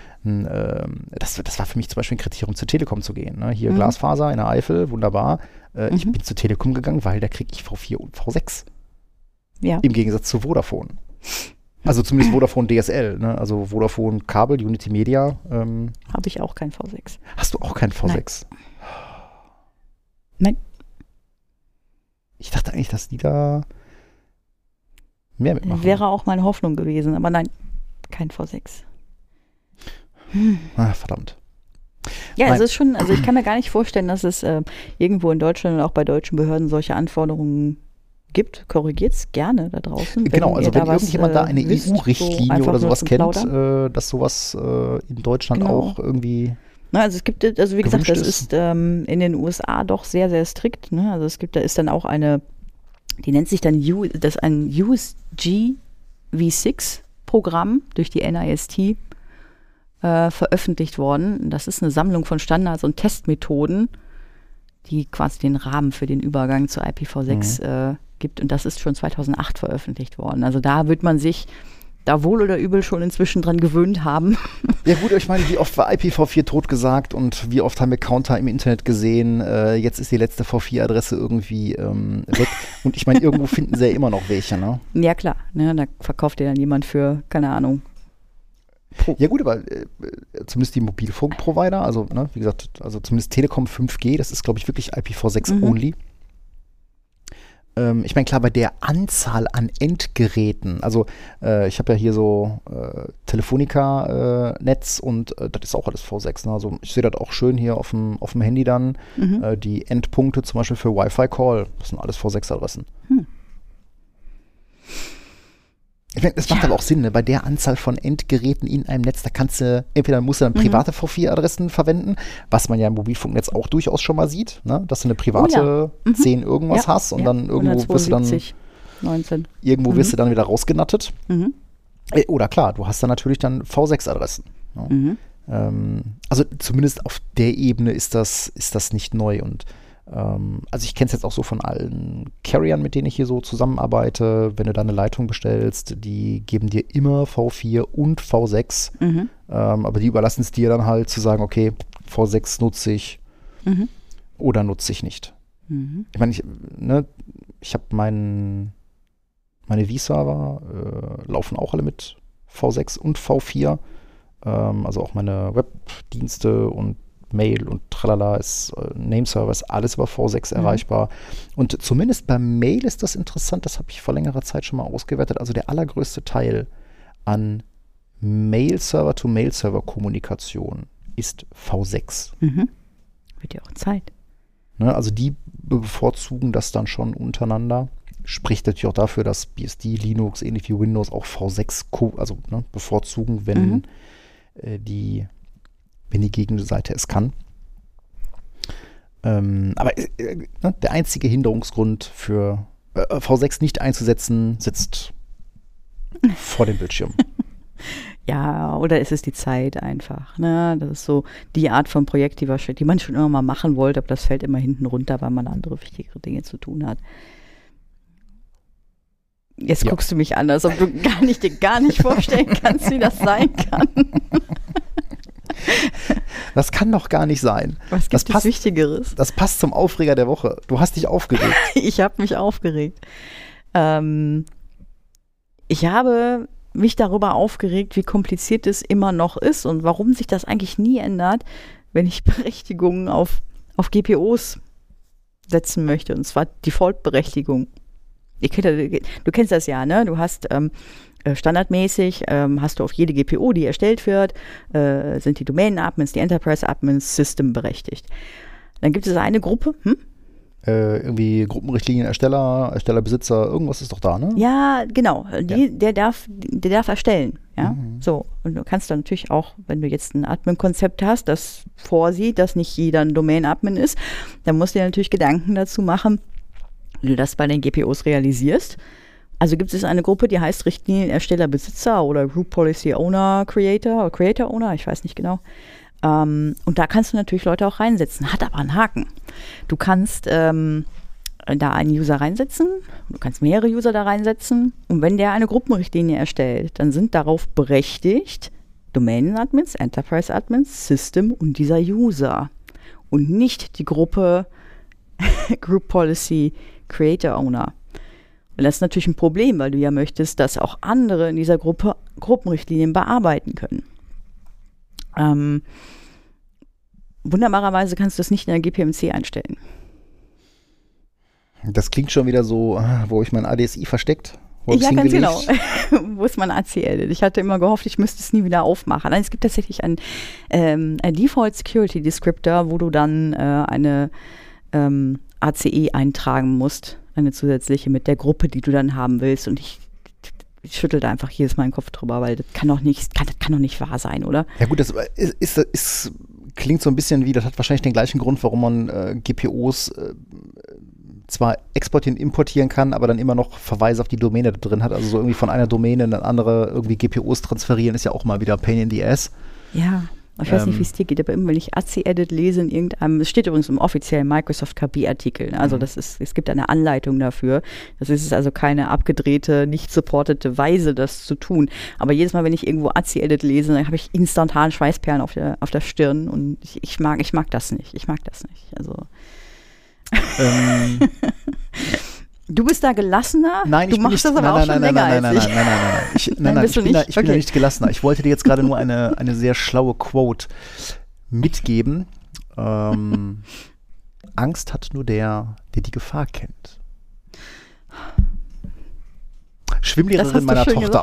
Speaker 1: das war für mich zum Beispiel ein Kriterium, zur Telekom zu gehen. Ne? Hier Glasfaser in der Eifel, wunderbar. Ich bin zur Telekom gegangen, weil da kriege ich V4 und V6. Ja. Im Gegensatz zu Vodafone. Also zumindest Vodafone DSL, ne? Also Vodafone Kabel, Unity Media.
Speaker 2: Habe ich auch kein V6.
Speaker 1: Hast du auch kein V6?
Speaker 2: Nein.
Speaker 1: Ich dachte eigentlich, dass die da mehr mitmachen.
Speaker 2: Wäre auch meine Hoffnung gewesen, aber nein, kein V6.
Speaker 1: Verdammt.
Speaker 2: Ja, es ist schon, also ich kann mir gar nicht vorstellen, dass es irgendwo in Deutschland und auch bei deutschen Behörden solche Anforderungen gibt. Korrigiert es gerne da draußen.
Speaker 1: Genau, also wenn irgendjemand da eine EU-Richtlinie oder sowas kennt, dass sowas in Deutschland auch irgendwie
Speaker 2: also es gibt, also wie gesagt, das ist in den USA doch sehr, sehr strikt. Ne? Also da ist dann auch eine, die nennt sich dann ein USG V6-Programm durch die NIST veröffentlicht worden. Das ist eine Sammlung von Standards und Testmethoden, die quasi den Rahmen für den Übergang zu IPv6 gibt. Und das ist schon 2008 veröffentlicht worden. Also da wird man sich da wohl oder übel schon inzwischen dran gewöhnt haben.
Speaker 1: Ja gut, ich meine, wie oft war IPv4 totgesagt und wie oft haben wir Counter im Internet gesehen, jetzt ist die letzte V4-Adresse irgendwie weg. Und ich meine, irgendwo finden sie ja immer noch welche, ne?
Speaker 2: Ja klar, ne? Da verkauft dir dann jemand für, keine Ahnung.
Speaker 1: Ja gut, aber zumindest die Mobilfunkprovider, also ne, wie gesagt, also zumindest Telekom 5G, das ist glaube ich wirklich IPv6 only. Ich meine, klar, bei der Anzahl an Endgeräten, also ich habe ja hier so Telefonica-Netz und das ist auch alles V6. Ne? Also ich sehe das auch schön hier auf dem Handy dann. Die Endpunkte zum Beispiel für Wi-Fi-Call, das sind alles V6-Adressen. Ich meine, das macht aber auch Sinn, ne? Bei der Anzahl von Endgeräten in einem Netz, da musst du dann private V4-Adressen verwenden, was man ja im Mobilfunknetz auch durchaus schon mal sieht, ne? Dass du eine private 10 irgendwas hast und dann irgendwo wirst du dann
Speaker 2: 19.
Speaker 1: Irgendwo wirst du dann wieder rausgenattet. Oder klar, du hast dann natürlich dann V6-Adressen. Ne? Also zumindest auf der Ebene ist das nicht neu und also ich kenne es jetzt auch so von allen Carriern, mit denen ich hier so zusammenarbeite. Wenn du da eine Leitung bestellst, die geben dir immer V4 und V6. Aber die überlassen es dir dann halt zu sagen, okay, V6 nutze ich oder nutze ich nicht. Ich meine, ich habe meine V-Server laufen auch alle mit V6 und V4. Also auch meine Webdienste und Mail und tralala ist Nameserver, ist alles über V6 erreichbar. Und zumindest beim Mail ist das interessant, das habe ich vor längerer Zeit schon mal ausgewertet. Also der allergrößte Teil an Mail-Server-to-Mail-Server-Kommunikation ist V6.
Speaker 2: Wird ja auch Zeit.
Speaker 1: Ne, also die bevorzugen das dann schon untereinander. Spricht natürlich auch dafür, dass BSD, Linux, ähnlich wie Windows auch V6 bevorzugen, wenn die Gegenseite es kann. Aber der einzige Hinderungsgrund für V6 nicht einzusetzen, sitzt vor dem Bildschirm.
Speaker 2: Ja, oder ist es die Zeit einfach? Ne? Das ist so die Art von Projekt, die man schon immer mal machen wollte, aber das fällt immer hinten runter, weil man andere wichtigere Dinge zu tun hat. Jetzt guckst du mich an, als ob du dir gar nicht vorstellen kannst, wie das sein kann.
Speaker 1: Das kann doch gar nicht sein.
Speaker 2: Was gibt es Wichtigeres?
Speaker 1: Das passt zum Aufreger der Woche. Du hast dich aufgeregt.
Speaker 2: Ich habe mich aufgeregt. Ich habe mich darüber aufgeregt, wie kompliziert es immer noch ist und warum sich das eigentlich nie ändert, wenn ich Berechtigungen auf GPOs setzen möchte, und zwar Default-Berechtigung. Du kennst das ja, ne? Du hast standardmäßig, hast du auf jede GPO, die erstellt wird, sind die Domain-Admins, die Enterprise-Admins System berechtigt. Dann gibt es eine Gruppe,
Speaker 1: irgendwie Gruppenrichtlinien, Erstellerbesitzer, irgendwas ist doch da, ne?
Speaker 2: Ja, genau. Der darf erstellen. Ja? So. Und du kannst dann natürlich auch, wenn du jetzt ein Admin-Konzept hast, das vorsieht, dass nicht jeder ein Domain-Admin ist, dann musst du dir natürlich Gedanken dazu machen, wie du das bei den GPOs realisierst. Also gibt es eine Gruppe, die heißt Richtlinienerstellerbesitzer oder Group Policy Owner Creator oder Creator Owner, ich weiß nicht genau. Und da kannst du natürlich Leute auch reinsetzen, hat aber einen Haken. Du kannst da einen User reinsetzen, du kannst mehrere User da reinsetzen und wenn der eine Gruppenrichtlinie erstellt, dann sind darauf berechtigt Domain-Admins, Enterprise-Admins, System und dieser User und nicht die Gruppe Group Policy Creator Owner. Und das ist natürlich ein Problem, weil du ja möchtest, dass auch andere in dieser Gruppe Gruppenrichtlinien bearbeiten können. Wunderbarerweise kannst du das nicht in der GPMC einstellen.
Speaker 1: Das klingt schon wieder so, wo ich mein ADSI versteckt.
Speaker 2: Ja, ganz genau. Wo ist mein ACL? Ich hatte immer gehofft, ich müsste es nie wieder aufmachen. Nein, es gibt tatsächlich einen Default Security Descriptor, wo du dann eine ACE eintragen musst, eine zusätzliche mit der Gruppe, die du dann haben willst. Und ich schüttel da einfach jedes Mal den Kopf drüber, weil das kann doch nicht wahr sein, oder?
Speaker 1: Ja gut, das klingt so ein bisschen wie, das hat wahrscheinlich den gleichen Grund, warum man GPOs zwar exportieren, importieren kann, aber dann immer noch Verweise auf die Domäne da drin hat. Also so irgendwie von einer Domäne in eine andere irgendwie GPOs transferieren, ist ja auch mal wieder Pain in the Ass.
Speaker 2: Ja, ich weiß nicht, wie es dir geht, aber immer wenn ich AC-Edit lese in irgendeinem, es steht übrigens im offiziellen Microsoft KB-Artikel, also es gibt eine Anleitung dafür. Das ist also keine abgedrehte, nicht supportete Weise, das zu tun. Aber jedes Mal, wenn ich irgendwo AC-Edit lese, dann habe ich instantan Schweißperlen auf der Stirn und ich mag das nicht. Ich mag das nicht. Also Du bist da gelassener?
Speaker 1: Nein,
Speaker 2: du machst das aber auch schon länger als ich.
Speaker 1: Nein, ich bin da nicht gelassener. Ich wollte dir jetzt gerade nur eine sehr schlaue Quote mitgeben. Angst hat nur der die Gefahr kennt. Schwimmlehrerin meiner Tochter.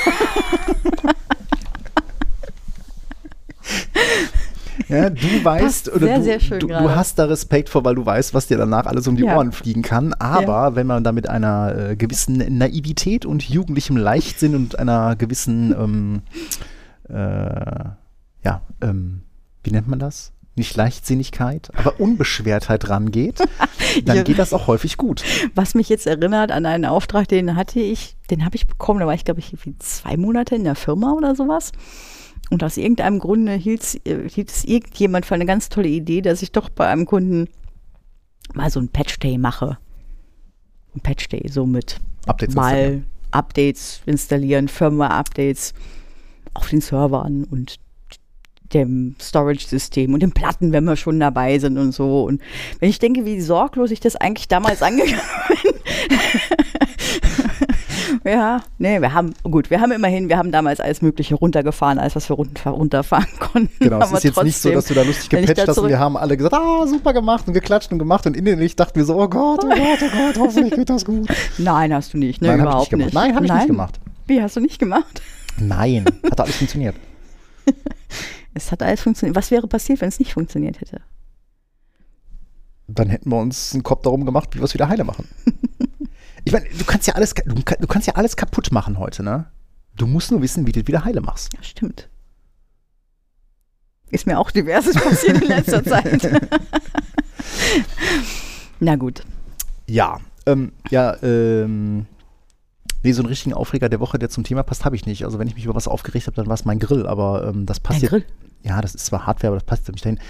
Speaker 1: Ja, du weißt, oder du hast da Respekt vor, weil du weißt, was dir danach alles um die Ohren fliegen kann. Aber wenn man da mit einer gewissen Naivität und jugendlichem Leichtsinn und einer gewissen, wie nennt man das? Nicht Leichtsinnigkeit, aber Unbeschwertheit rangeht, dann geht das auch häufig gut.
Speaker 2: Was mich jetzt erinnert an einen Auftrag, den habe ich bekommen, da war ich, glaube ich, 2 Monate in der Firma oder sowas. Und aus irgendeinem Grunde hielt es irgendjemand für eine ganz tolle Idee, dass ich doch bei einem Kunden mal so ein Patch-Day mache. Ein Patch-Day, so mit Updates installieren, Firmware-Updates auf den Servern und dem Storage-System und den Platten, wenn wir schon dabei sind und so. Und wenn ich denke, wie sorglos ich das eigentlich damals angegangen bin. Ja, nee, wir haben damals alles Mögliche runtergefahren, alles, was wir runterfahren konnten.
Speaker 1: Genau, es ist jetzt nicht so, dass du da lustig gepatcht hast und wir haben alle gesagt, super gemacht und geklatscht und gemacht und innerlich dachten wir so, oh Gott, hoffentlich geht das gut.
Speaker 2: Nein, hast du nicht, ne?
Speaker 1: Nein,
Speaker 2: überhaupt nicht.
Speaker 1: Nein, habe ich nicht gemacht.
Speaker 2: Wie, hast du nicht gemacht?
Speaker 1: Nein, hat alles funktioniert.
Speaker 2: Es hat alles funktioniert. Was wäre passiert, wenn es nicht funktioniert hätte?
Speaker 1: Dann hätten wir uns einen Kopf darum gemacht, wie wir es wieder heile machen. Ich meine, du kannst ja alles kaputt machen heute, ne? Du musst nur wissen, wie du wieder heile machst.
Speaker 2: Ja, stimmt. Ist mir auch diverses passiert in letzter Zeit. Na gut.
Speaker 1: Ja, nee, so einen richtigen Aufreger der Woche, der zum Thema passt, habe ich nicht. Also wenn ich mich über was aufgeregt habe, dann war es mein Grill, aber das passt
Speaker 2: jetzt. Grill?
Speaker 1: Ja, das ist zwar Hardware, aber das passt nämlich dahin.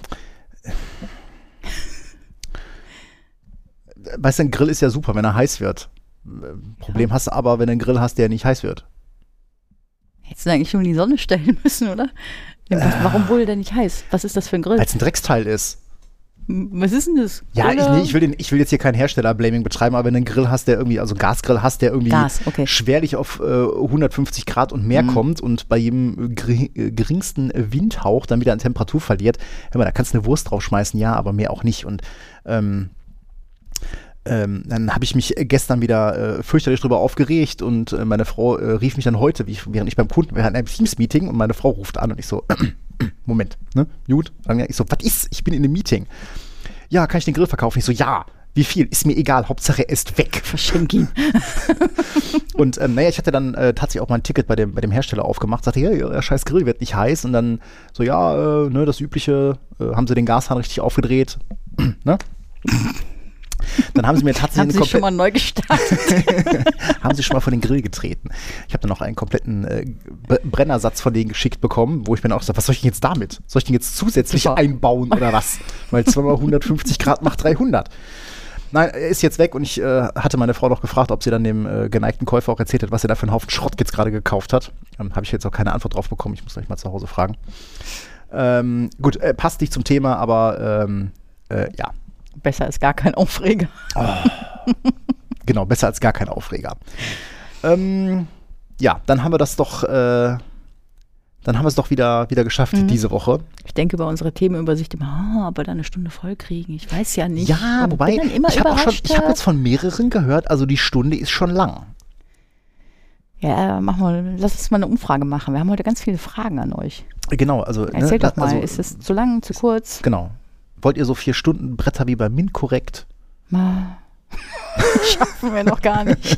Speaker 1: Weißt du, ein Grill ist ja super, wenn er heiß wird. Problem hast du aber, wenn du einen Grill hast, der nicht heiß wird.
Speaker 2: Hättest du eigentlich schon in die Sonne stellen müssen, oder? Warum wurde der nicht heiß? Was ist das für ein Grill?
Speaker 1: Weil es ein Drecksteil ist.
Speaker 2: Was ist denn das?
Speaker 1: Ja, ich will jetzt hier kein Hersteller-Blaming betreiben, aber wenn du einen Grill hast, der irgendwie, also einen Gasgrill hast, der irgendwie schwerlich auf 150 Grad und mehr kommt und bei jedem geringsten Windhauch dann wieder an Temperatur verliert, hör mal, da kannst du eine Wurst draufschmeißen, ja, aber mehr auch nicht. Und dann habe ich mich gestern wieder fürchterlich drüber aufgeregt und meine Frau rief mich dann heute, während ich beim Kunden, wir hatten ein Teams-Meeting und meine Frau ruft an und ich so, Moment, ne, gut. Ich so, was ist? Ich bin in einem Meeting. Ja, kann ich den Grill verkaufen? Ich so, ja, wie viel? Ist mir egal, Hauptsache er ist weg.
Speaker 2: Verschenk ihn.
Speaker 1: Und ich hatte dann tatsächlich auch mal ein Ticket bei dem Hersteller aufgemacht, sagte, ja, der scheiß Grill wird nicht heiß und dann so, ja, das Übliche, haben sie den Gashahn richtig aufgedreht, ne? Dann haben sie mir tatsächlich
Speaker 2: haben sie schon mal neu gestartet.
Speaker 1: haben sie schon mal von den Grill getreten. Ich habe dann noch einen kompletten Brennersatz von denen geschickt bekommen, wo ich mir dann auch gesagt, was soll ich denn jetzt damit? Soll ich den jetzt zusätzlich einbauen oder was? Weil 2 mal 150 Grad macht 300. Nein, er ist jetzt weg und ich hatte meine Frau noch gefragt, ob sie dann dem geneigten Käufer auch erzählt hat, was er da für einen Haufen Schrott jetzt gerade gekauft hat. Habe ich jetzt auch keine Antwort drauf bekommen. Ich muss gleich mal zu Hause fragen. Gut, passt nicht zum Thema, aber ja.
Speaker 2: Besser als gar kein Aufreger.
Speaker 1: Oh. Genau, besser als gar kein Aufreger. Ja, dann haben wir das doch, dann haben wir es doch wieder geschafft diese Woche.
Speaker 2: Ich denke bei unserer Themenübersicht immer, aber dann eine Stunde voll kriegen. Ich weiß ja nicht.
Speaker 1: Ja, wobei, ich habe jetzt von mehreren gehört, also die Stunde ist schon lang.
Speaker 2: Ja, lass uns mal eine Umfrage machen. Wir haben heute ganz viele Fragen an euch.
Speaker 1: Genau, also.
Speaker 2: Erzählt doch mal, ist es zu lang, zu kurz?
Speaker 1: Genau. Wollt ihr so 4 Stunden Bretter wie bei Mint korrekt?
Speaker 2: Schaffen wir noch gar nicht.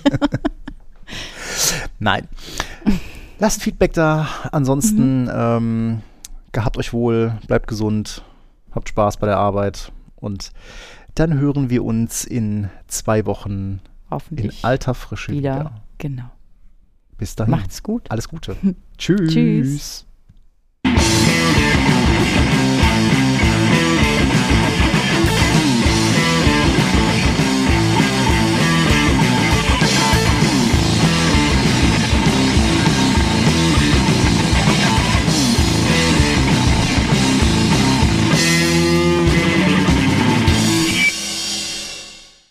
Speaker 1: Nein. Lasst Feedback da. Ansonsten gehabt euch wohl, bleibt gesund, habt Spaß bei der Arbeit und dann hören wir uns in 2 Wochen
Speaker 2: hoffentlich
Speaker 1: in alter Frische wieder.
Speaker 2: Genau.
Speaker 1: Bis dahin.
Speaker 2: Macht's gut.
Speaker 1: Alles Gute. Tschüss.
Speaker 2: Tschüss.